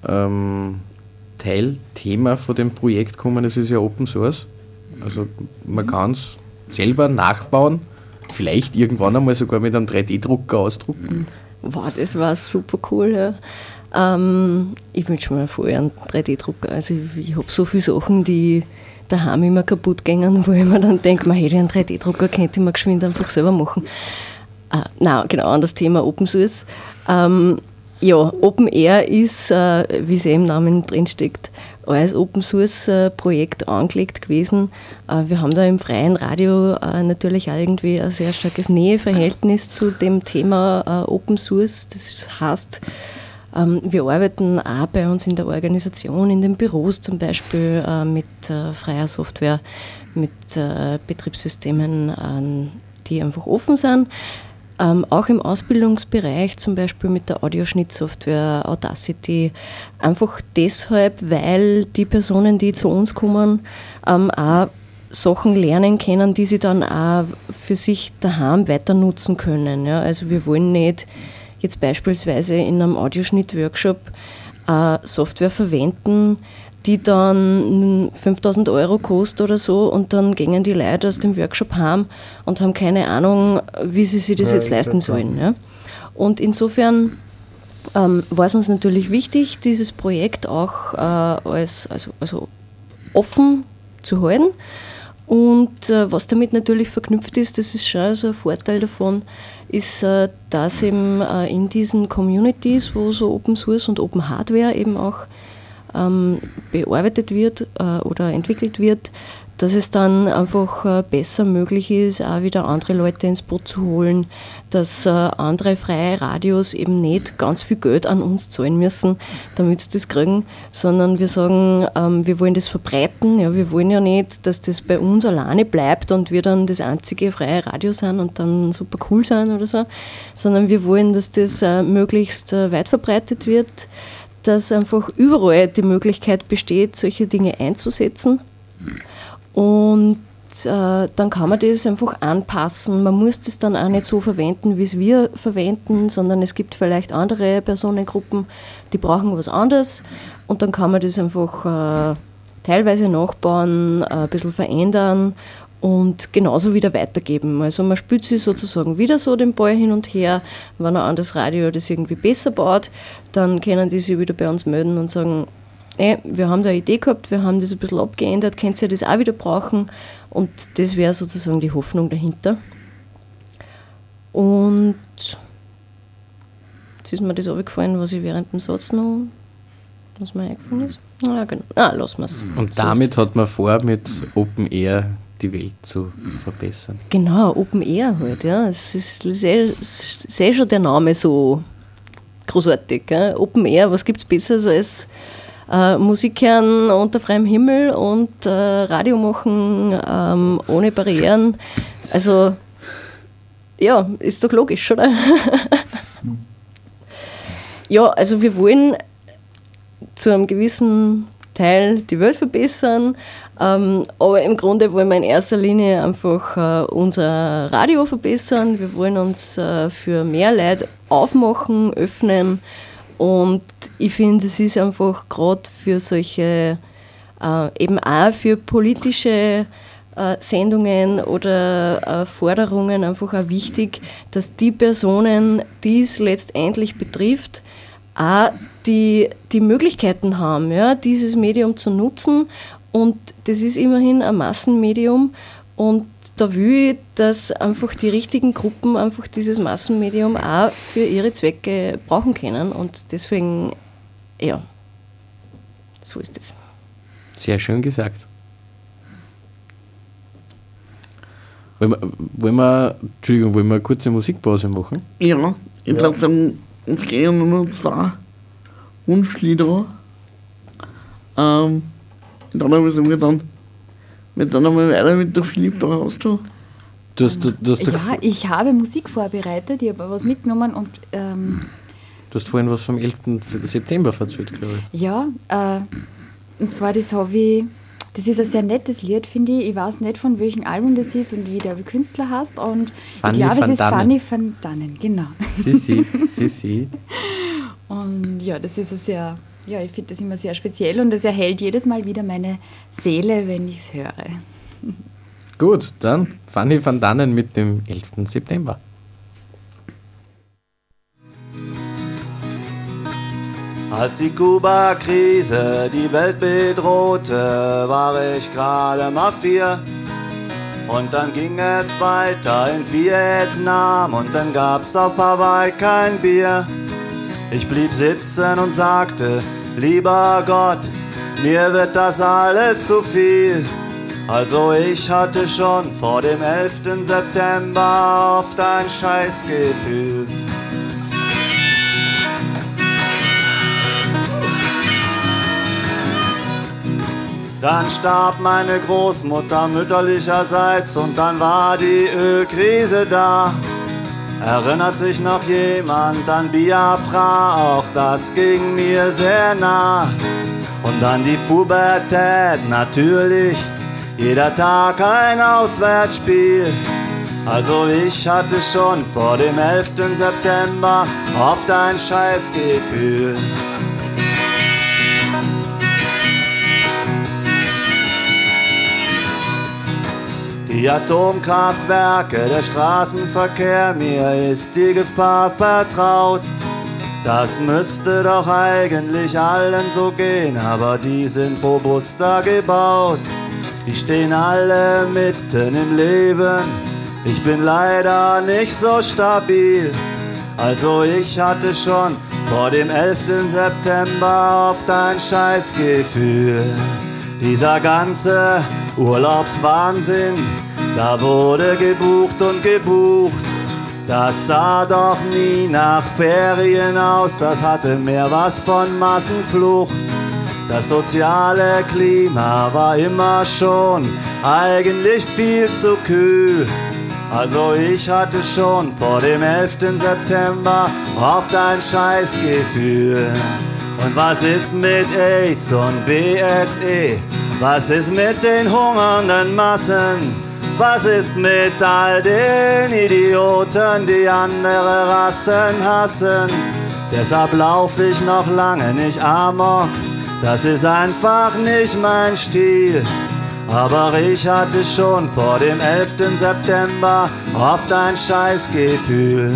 C: Teilthema von dem Projekt kommen, das ist ja Open Source. Also man kann es selber nachbauen, vielleicht irgendwann einmal sogar mit einem 3D-Drucker ausdrucken.
D: Wow, das war super cool. Ja. Ich wünsche mir vorher einen 3D-Drucker. Also ich habe so viele Sachen, die daheim immer kaputt gingen, wo ich mir dann denke, man hätte einen 3D-Drucker, könnte ich mir geschwind einfach selber machen. Nein, genau, an das Thema Open Source. Open Air ist, wie es im Namen drinsteckt, als Open-Source-Projekt angelegt gewesen. Wir haben da im freien Radio natürlich auch irgendwie ein sehr starkes Näheverhältnis zu dem Thema Open-Source. Das heißt, wir arbeiten auch bei uns in der Organisation, in den Büros zum Beispiel mit freier Software, mit Betriebssystemen, die einfach offen sind. Auch im Ausbildungsbereich, zum Beispiel mit der Audioschnittsoftware Audacity, einfach deshalb, weil die Personen, die zu uns kommen, auch Sachen lernen können, die sie dann auch für sich daheim weiter nutzen können. Ja? Also wir wollen nicht jetzt beispielsweise in einem Audioschnitt-Workshop Software verwenden, die dann 5.000 € kostet oder so, und dann gehen die Leute aus dem Workshop heim und haben keine Ahnung, wie sie sich das jetzt leisten sollen. Ja? Und insofern war es uns natürlich wichtig, dieses Projekt auch also offen zu halten. Und was damit natürlich verknüpft ist, das ist schon so ein Vorteil davon, ist, dass eben in diesen Communities, wo so Open Source und Open Hardware eben auch bearbeitet wird oder entwickelt wird, dass es dann einfach besser möglich ist, auch wieder andere Leute ins Boot zu holen, dass andere freie Radios eben nicht ganz viel Geld an uns zahlen müssen, damit sie das kriegen, sondern wir sagen, wir wollen das verbreiten. Ja, wir wollen ja nicht, dass das bei uns alleine bleibt und wir dann das einzige freie Radio sind und dann super cool sind oder so, sondern wir wollen, dass das möglichst weit verbreitet wird, dass einfach überall die Möglichkeit besteht, solche Dinge einzusetzen. Und dann kann man das einfach anpassen. Man muss das dann auch nicht so verwenden, wie es wir verwenden, sondern es gibt vielleicht andere Personengruppen, die brauchen was anderes, und dann kann man das einfach teilweise nachbauen, ein bisschen verändern und genauso wieder weitergeben. Also man spielt sich sozusagen wieder so den Ball hin und her. Wenn ein anderes Radio das irgendwie besser baut, dann können die sich wieder bei uns melden und sagen, wir haben da eine Idee gehabt, wir haben das ein bisschen abgeändert, könnt ihr das auch wieder brauchen? Und das wäre sozusagen die Hoffnung dahinter. Und jetzt ist mir das aufgefallen, was ich während dem Satz noch, was mir eingefallen ist. Ja, genau. Lassen wir es.
C: Und so damit hat man vor, mit Open Air die Welt zu verbessern.
D: Genau, Open Air halt, ja. Es ist sehr schon der Name so großartig. Gell? Open Air, was gibt es Besseres als Musik hören unter freiem Himmel und Radio machen ohne Barrieren. Also, ja, ist doch logisch, oder? Ja, also wir wollen zu einem gewissen Teil die Welt verbessern, aber im Grunde wollen wir in erster Linie einfach unser Radio verbessern. Wir wollen uns für mehr Leute aufmachen, öffnen. Und ich finde, es ist einfach gerade für solche, eben auch für politische Sendungen oder Forderungen einfach auch wichtig, dass die Personen, die es letztendlich betrifft, auch die Möglichkeiten haben, ja, dieses Medium zu nutzen. Und das ist immerhin ein Massenmedium. Und da will ich, dass einfach die richtigen Gruppen einfach dieses Massenmedium auch für ihre Zwecke brauchen können. Und deswegen, ja, so ist es.
C: Sehr schön gesagt. Wollen wir eine kurze Musikpause machen?
B: Ja, ich würde sagen, uns gehen nur noch 2 Wunschlieder. Dann müssen wir dann einmal weiter mit der Philippa. Hast du?
E: Ja, ich habe Musik vorbereitet, ich habe was mitgenommen und
C: du hast vorhin was vom 11. September erzählt, glaube ich.
E: Ja, und zwar das ist ein sehr nettes Lied, finde ich. Ich weiß nicht, von welchem Album das ist und wie der Künstler heißt. Und ich glaube, es ist Fanny van Dannen, genau.
C: Sie.
E: Und ja, das ist ich finde das immer sehr speziell und das erhält jedes Mal wieder meine Seele, wenn ich es höre.
C: Gut, dann Fanny van Dannen mit dem 11. September.
M: Als die Kuba-Krise die Welt bedrohte, war ich gerade mal 4. Und dann ging es weiter in Vietnam und dann gab's auf Hawaii kein Bier. Ich blieb sitzen und sagte, lieber Gott, mir wird das alles zu viel. Also ich hatte schon vor dem 11. September oft ein Scheißgefühl. Dann starb meine Großmutter mütterlicherseits und dann war die Ölkrise da. Erinnert sich noch jemand an Biafra? Auch das ging mir sehr nah. Und dann die Pubertät, natürlich, jeder Tag ein Auswärtsspiel. Also ich hatte schon vor dem 11. September oft ein Scheißgefühl. Die Atomkraftwerke, der Straßenverkehr, mir ist die Gefahr vertraut. Das müsste doch eigentlich allen so gehen, aber die sind robuster gebaut. Die stehen alle mitten im Leben, ich bin leider nicht so stabil. Also ich hatte schon vor dem 11. September oft ein Scheißgefühl. Dieser ganze Urlaubswahnsinn, da wurde gebucht und gebucht. Das sah doch nie nach Ferien aus, das hatte mehr was von Massenflucht. Das soziale Klima war immer schon eigentlich viel zu kühl. Also ich hatte schon vor dem 11. September oft ein Scheißgefühl. Und was ist mit AIDS und BSE? Was ist mit den hungernden Massen? Was ist mit all den Idioten, die andere Rassen hassen? Deshalb lauf ich noch lange nicht amok. Das ist einfach nicht mein Stil. Aber ich hatte schon vor dem 11. September oft ein Scheißgefühl.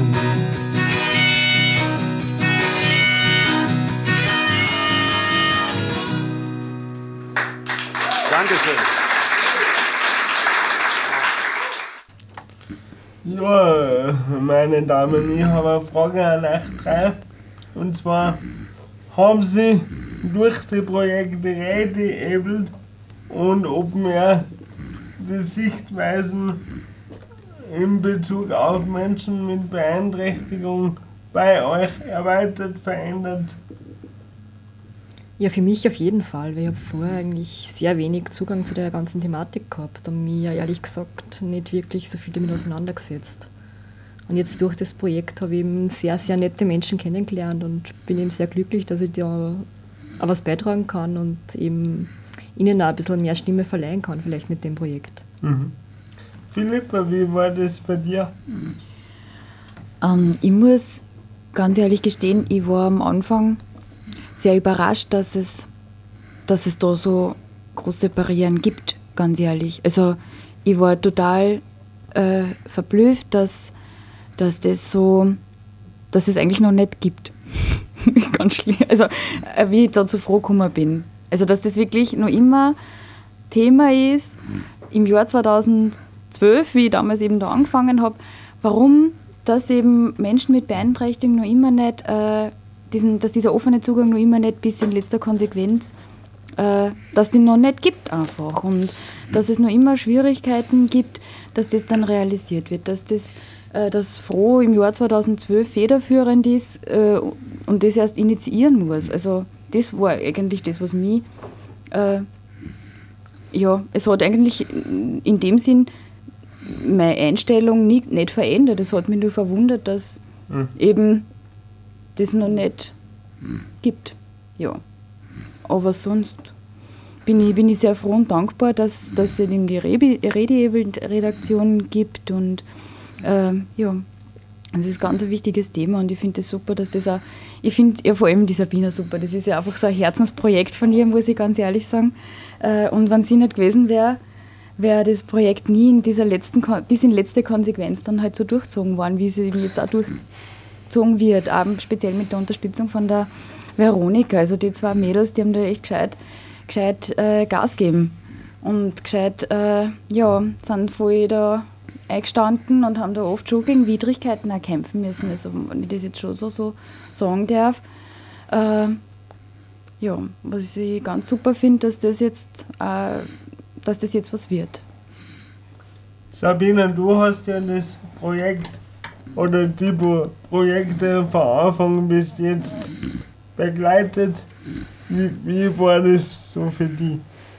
M: Dankeschön.
G: Ja, meine Damen, ich habe eine Frage an euch drei. Und zwar, haben Sie durch die Projekte Ready-Abled und Open Air die Sichtweisen in Bezug auf Menschen mit Beeinträchtigung bei euch erweitert, verändert?
F: Ja, für mich auf jeden Fall, weil ich habe vorher eigentlich sehr wenig Zugang zu der ganzen Thematik gehabt und mich ja ehrlich gesagt nicht wirklich so viel damit auseinandergesetzt. Und jetzt durch das Projekt habe ich eben sehr, sehr nette Menschen kennengelernt und bin eben sehr glücklich, dass ich da auch was beitragen kann und eben ihnen auch ein bisschen mehr Stimme verleihen kann, vielleicht mit dem Projekt.
G: Mhm. Philippa, wie war das bei dir?
E: Ich muss ganz ehrlich gestehen, ich war am Anfang sehr überrascht, dass es da so große Barrieren gibt, ganz ehrlich. Also ich war total verblüfft, dass es eigentlich noch nicht gibt. Ganz schlimm. Also wie ich da zu froh gekommen bin. Also dass das wirklich noch immer Thema ist, im Jahr 2012, wie ich damals eben da angefangen habe, warum dass eben Menschen mit Beeinträchtigung noch immer nicht dass dieser offene Zugang noch immer nicht bis in letzter Konsequenz, dass den noch nicht gibt einfach und dass es noch immer Schwierigkeiten gibt, dass das dann realisiert wird, dass Froh im Jahr 2012 federführend ist und das erst initiieren muss. Also das war eigentlich das, was mich, es hat eigentlich in dem Sinn meine Einstellung nicht verändert. Es hat mich nur verwundert, dass eben das noch nicht gibt. Ja. Aber sonst bin ich sehr froh und dankbar, dass es eben die Ready-Abled-Redaktion gibt und das ist ganz ein wichtiges Thema und ich finde es das super, dass das auch, ich finde ja vor allem die Sabina super, das ist ja einfach so ein Herzensprojekt von ihr, muss ich ganz ehrlich sagen. Und wenn sie nicht gewesen wäre das Projekt nie in dieser bis in letzte Konsequenz dann halt so durchzogen worden, wie sie eben jetzt auch durchzogen wird, auch speziell mit der Unterstützung von der Veronika. Also die zwei Mädels, die haben da echt gescheit Gas gegeben und gescheit, sind voll da eingestanden und haben da oft schon gegen Widrigkeiten auch kämpfen müssen. Also wenn ich das jetzt schon so sagen darf. ja, was ich ganz super finde, dass das jetzt was wird.
G: Sabine, du hast ja das Projekt oder die Projekte von Anfang bis jetzt begleitet. Wie war das so für dich?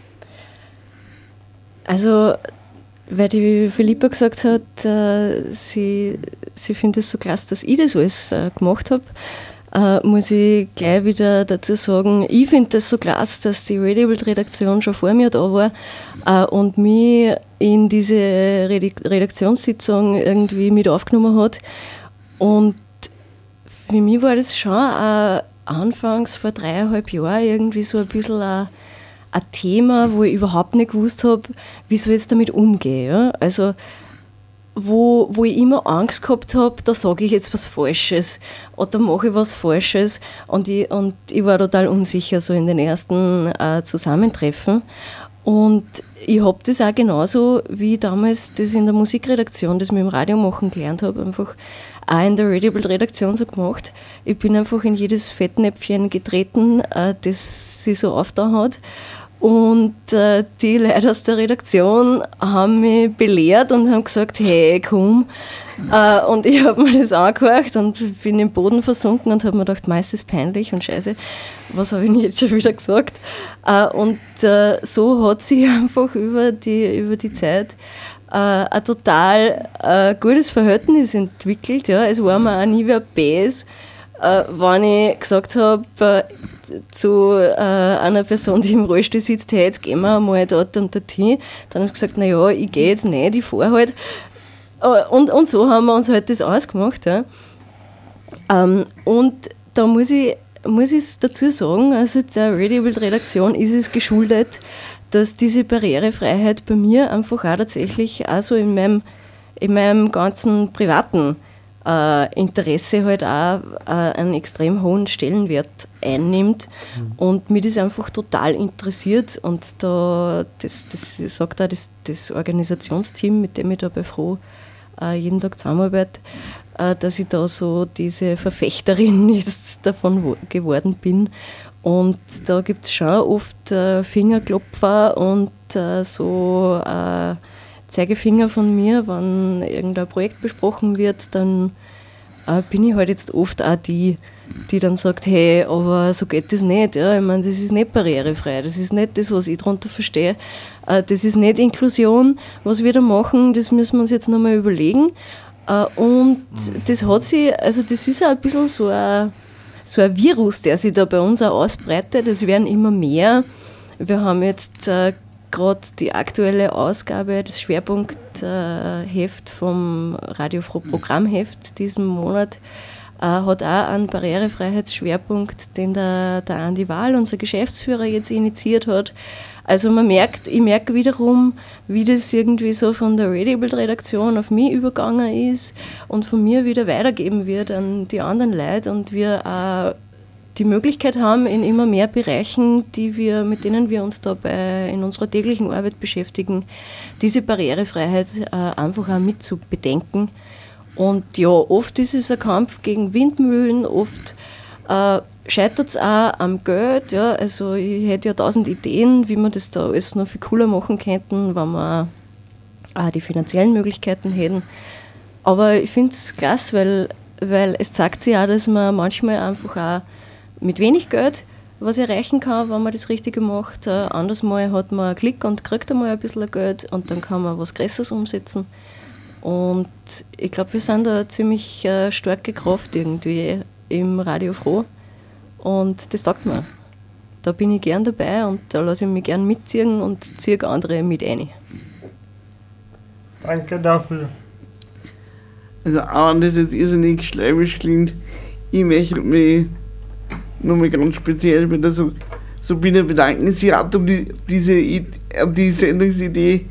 D: Also, weil die Philippa gesagt hat, sie findet es so klasse, dass ich das alles gemacht habe, muss ich gleich wieder dazu sagen, ich finde das so klasse, dass die Radiable-Redaktion schon vor mir da war und mich in diese Redaktionssitzung irgendwie mit aufgenommen hat. Und für mich war das schon anfangs vor 3,5 Jahren irgendwie so ein bisschen ein Thema, wo ich überhaupt nicht gewusst habe, wie soll ich jetzt damit umgehen. Ja? Also wo ich immer Angst gehabt habe, da sage ich jetzt was Falsches oder mache ich was Falsches und ich war total unsicher so in den ersten Zusammentreffen. Und ich habe das auch genauso, wie ich damals das in der Musikredaktion, das mit dem Radio machen gelernt habe, einfach auch in der Radiable-Redaktion so gemacht. Ich bin einfach in jedes Fettnäpfchen getreten, das sie so aufgetan hat. Und die Leute aus der Redaktion haben mich belehrt und haben gesagt, hey, komm. Und ich habe mir das angehört und bin im Boden versunken und habe mir gedacht, meist ist peinlich und scheiße, was habe ich denn jetzt schon wieder gesagt? Und so hat sich einfach über die Zeit ein total gutes Verhältnis entwickelt. Ja. Es war mir auch nie wer bäs, wenn ich gesagt habe zu einer Person, die im Rollstuhl sitzt, hey, jetzt gehen wir mal dort und dorthin. Dann habe ich gesagt, naja, ich gehe jetzt nicht, ich fahre halt. Und so haben wir uns halt das ausgemacht. Ja. Und da muss ich dazu sagen, also der Radiable-Redaktion ist es geschuldet, dass diese Barrierefreiheit bei mir einfach auch tatsächlich auch so in meinem ganzen privaten Interesse halt auch einen extrem hohen Stellenwert einnimmt und mich das einfach total interessiert und da das sagt auch das Organisationsteam, mit dem ich da bei Froh jeden Tag zusammenarbeite, dass ich da so diese Verfechterin jetzt davon geworden bin. Und da gibt es schon oft Fingerklopfer und so Zeigefinger von mir, wenn irgendein Projekt besprochen wird, dann bin ich halt jetzt oft auch die dann sagt, hey, aber so geht das nicht. Ja? Ich meine, das ist nicht barrierefrei, das ist nicht das, was ich darunter verstehe. Das ist nicht Inklusion, was wir da machen, das müssen wir uns jetzt nochmal überlegen. Und das hat sich, also das ist auch ein bisschen so ein Virus, der sich da bei uns auch ausbreitet. Es werden immer mehr. Wir haben jetzt gerade die aktuelle Ausgabe, das Schwerpunktheft vom Radio Froh Programmheft diesen Monat, hat auch einen Barrierefreiheitsschwerpunkt, den der Andi Wahl, unser Geschäftsführer, jetzt initiiert hat. Also ich merke wiederum, wie das irgendwie so von der Radiable-Redaktion auf mich übergegangen ist und von mir wieder weitergeben wird an die anderen Leute und wir auch die Möglichkeit haben, in immer mehr Bereichen, mit denen wir uns dabei in unserer täglichen Arbeit beschäftigen, diese Barrierefreiheit einfach auch mit zu bedenken. Und ja, oft ist es ein Kampf gegen Windmühlen, oft scheitert es auch am Geld. Ja. Also ich hätte ja 1000 Ideen, wie wir das da alles noch viel cooler machen könnten, wenn wir auch die finanziellen Möglichkeiten hätten. Aber ich finde es klasse, weil es zeigt sich auch, dass man manchmal einfach auch mit wenig Geld was erreichen kann, wenn man das Richtige macht. Anders mal hat man einen Klick und kriegt einmal ein bisschen Geld und dann kann man was Größeres umsetzen. Und ich glaube, wir sind da eine ziemlich starke Kraft irgendwie im Radio Froh und das taugt mir. Da bin ich gern dabei und da lasse ich mich gern mitziehen und ziehe andere mit ein.
G: Danke dafür.
B: Also auch wenn das jetzt irrsinnig schleimisch klingt, ich möchte mich nochmal ganz speziell bei der Sabine bedanken. Sie hat um die Sendungsidee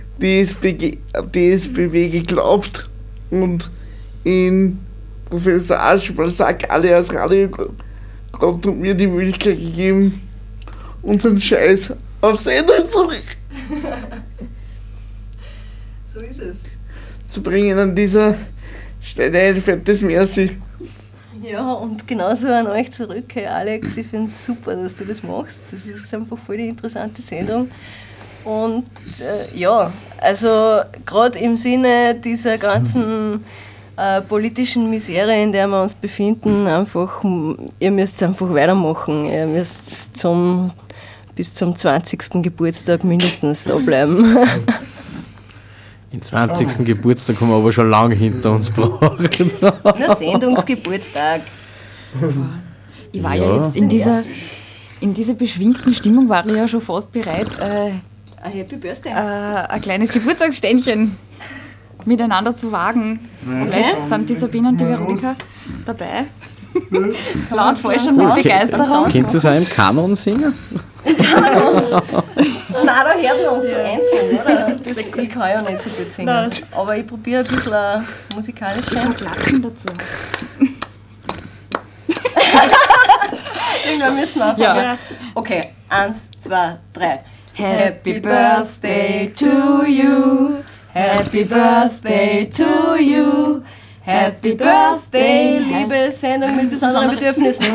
B: DSBW geglaubt und in Professor Aschbalsack alle aus Radio Gott und mir die Möglichkeit gegeben, unseren Scheiß auf Sendung zu
D: So ist es.
B: Zu bringen. An dieser Stelle ein fettes Merci.
D: Ja, und genauso an euch zurück. Hey Alex, ich finde es super, dass du das machst. Das ist einfach voll die interessante Sendung. Und ja, also gerade im Sinne dieser ganzen politischen Misere, in der wir uns befinden, einfach, ihr müsst einfach weitermachen. Ihr müsst bis zum 20. Geburtstag mindestens da bleiben.
C: Den 20. Geburtstag haben wir aber schon lange hinter uns gebracht.
D: Na, Sendungsgeburtstag.
E: Ich war ja jetzt in dieser beschwingten Stimmung, war ich ja schon fast bereit,
D: ein Happy Birthday.
E: Ein kleines Geburtstagsständchen miteinander zu wagen. Vielleicht sind die Sabine und die Veronika dabei. Laut falsch und mit Begeisterung.
C: Könnt ihr es auch im Kanon singen?
D: Kanon? Nein, da hört man uns so einzeln, oder? Ich kann ja nicht so gut singen. Nein. Aber ich probiere ein bisschen musikalisch.
E: Klatschen dazu.
D: Irgendwann müssen wir anfangen. Ja. Okay, 1, 2, 3. Happy Birthday to you. Happy Birthday to you. Happy Birthday, liebe Sendung mit besonderen Bedürfnissen.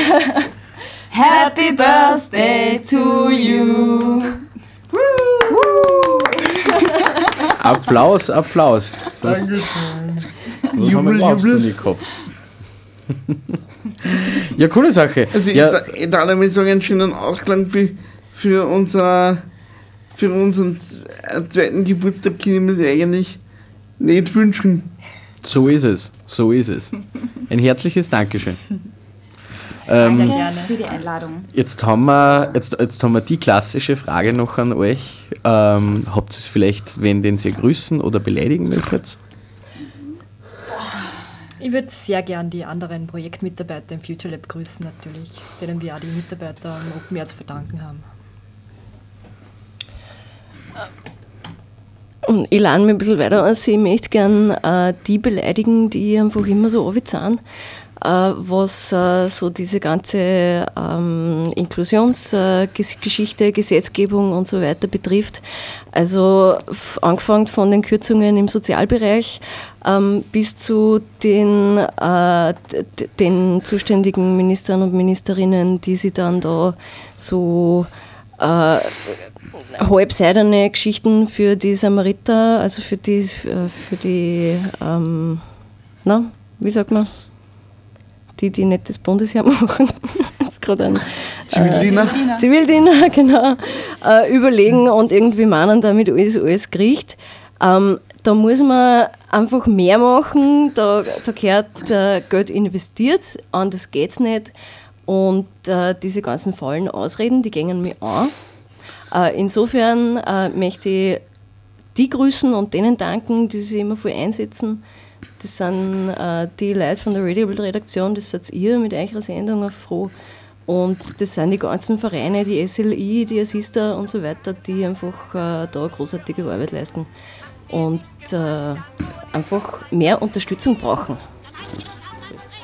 D: Happy Birthday to you.
C: Applaus. Sonst haben wir überhaupt noch nie gehabt. Ja, coole Sache.
B: Also ich darf damit sagen, einen schönen Ausklang für unseren zweiten Geburtstag können wir es eigentlich nicht wünschen.
C: So ist es. Ein herzliches Dankeschön.
E: Danke für die Einladung.
C: Jetzt haben wir die klassische Frage noch an euch. Habt ihr es vielleicht, wenn den ihr grüßen oder beleidigen möchtet?
F: Ich würde sehr gern die anderen Projektmitarbeiter im Future Lab grüßen natürlich, denen wir auch die Mitarbeiter am Open Air zu verdanken haben.
D: Und ich lerne mich ein bisschen weiter aus. Ich möchte gerne die beleidigen, die einfach immer so sind, was so diese ganze Inklusionsgeschichte, Gesetzgebung und so weiter betrifft. Also angefangen von den Kürzungen im Sozialbereich bis zu den zuständigen Ministern und Ministerinnen, die sich dann da so halbseidene Geschichten für die Samariter, also für die wie sagt man, die nicht das Bundesheer machen, das ist gerade ein Zivildiener, genau, überlegen und irgendwie meinen, damit alles kriegt. Da muss man einfach mehr machen, da gehört Geld investiert, anders geht es nicht. Und diese ganzen faulen Ausreden, die gehen mich an. Insofern möchte ich die grüßen und denen danken, die sich immer voll einsetzen. Das sind die Leute von der Radiable-Redaktion, das seid ihr mit eurer Sendung auf Froh. Und das sind die ganzen Vereine, die SLI, die Assista und so weiter, die einfach da großartige Arbeit leisten und einfach mehr Unterstützung brauchen. So ist es.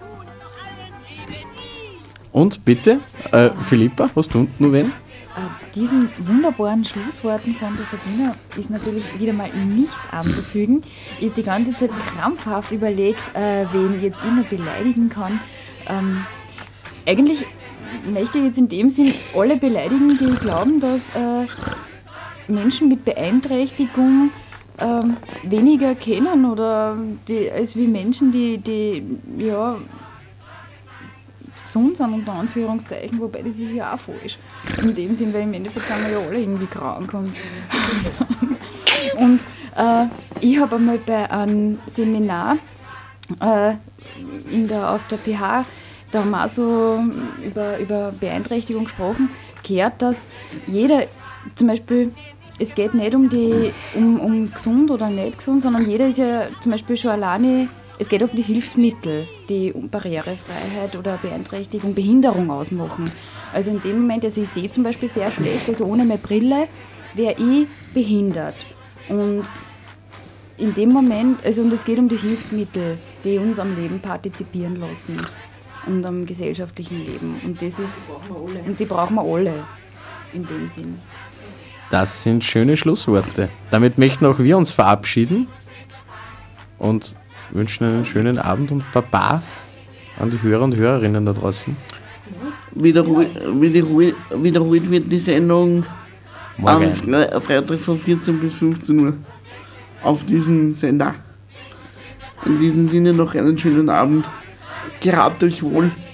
C: Und bitte, Philippa, hast du nur wen?
E: Diesen wunderbaren Schlussworten von der Sabine ist natürlich wieder mal nichts anzufügen. Ich habe die ganze Zeit krampfhaft überlegt, wen jetzt ich noch beleidigen kann. Eigentlich möchte ich jetzt in dem Sinn alle beleidigen, die glauben, dass Menschen mit Beeinträchtigung weniger kennen oder als wie Menschen, die ja gesund sind, unter Anführungszeichen, wobei das ist ja auch falsch. In dem Sinn, weil im Endeffekt sind wir ja alle irgendwie krank. Und ich habe einmal bei einem Seminar auf der PH, da haben wir auch so über Beeinträchtigung gesprochen, gehört, dass jeder, zum Beispiel, es geht nicht um gesund oder nicht gesund, sondern jeder ist ja zum Beispiel schon alleine. Es geht um die Hilfsmittel, die Barrierefreiheit oder Beeinträchtigung, Behinderung ausmachen. Also in dem Moment, also ich sehe zum Beispiel sehr schlecht, also ohne meine Brille wäre ich behindert. Und in dem Moment, also und es geht um die Hilfsmittel, die uns am Leben partizipieren lassen und am gesellschaftlichen Leben. Und das ist, und die brauchen wir alle in dem Sinn.
C: Das sind schöne Schlussworte. Damit möchten auch wir uns verabschieden und wünschen einen schönen Abend und Baba an die Hörer und Hörerinnen da draußen.
B: Wiederholt wird die Sendung am
C: Morgen.
B: Freitag von 14 bis 15 Uhr auf diesem Sender. In diesem Sinne noch einen schönen Abend. Gehabt euch wohl.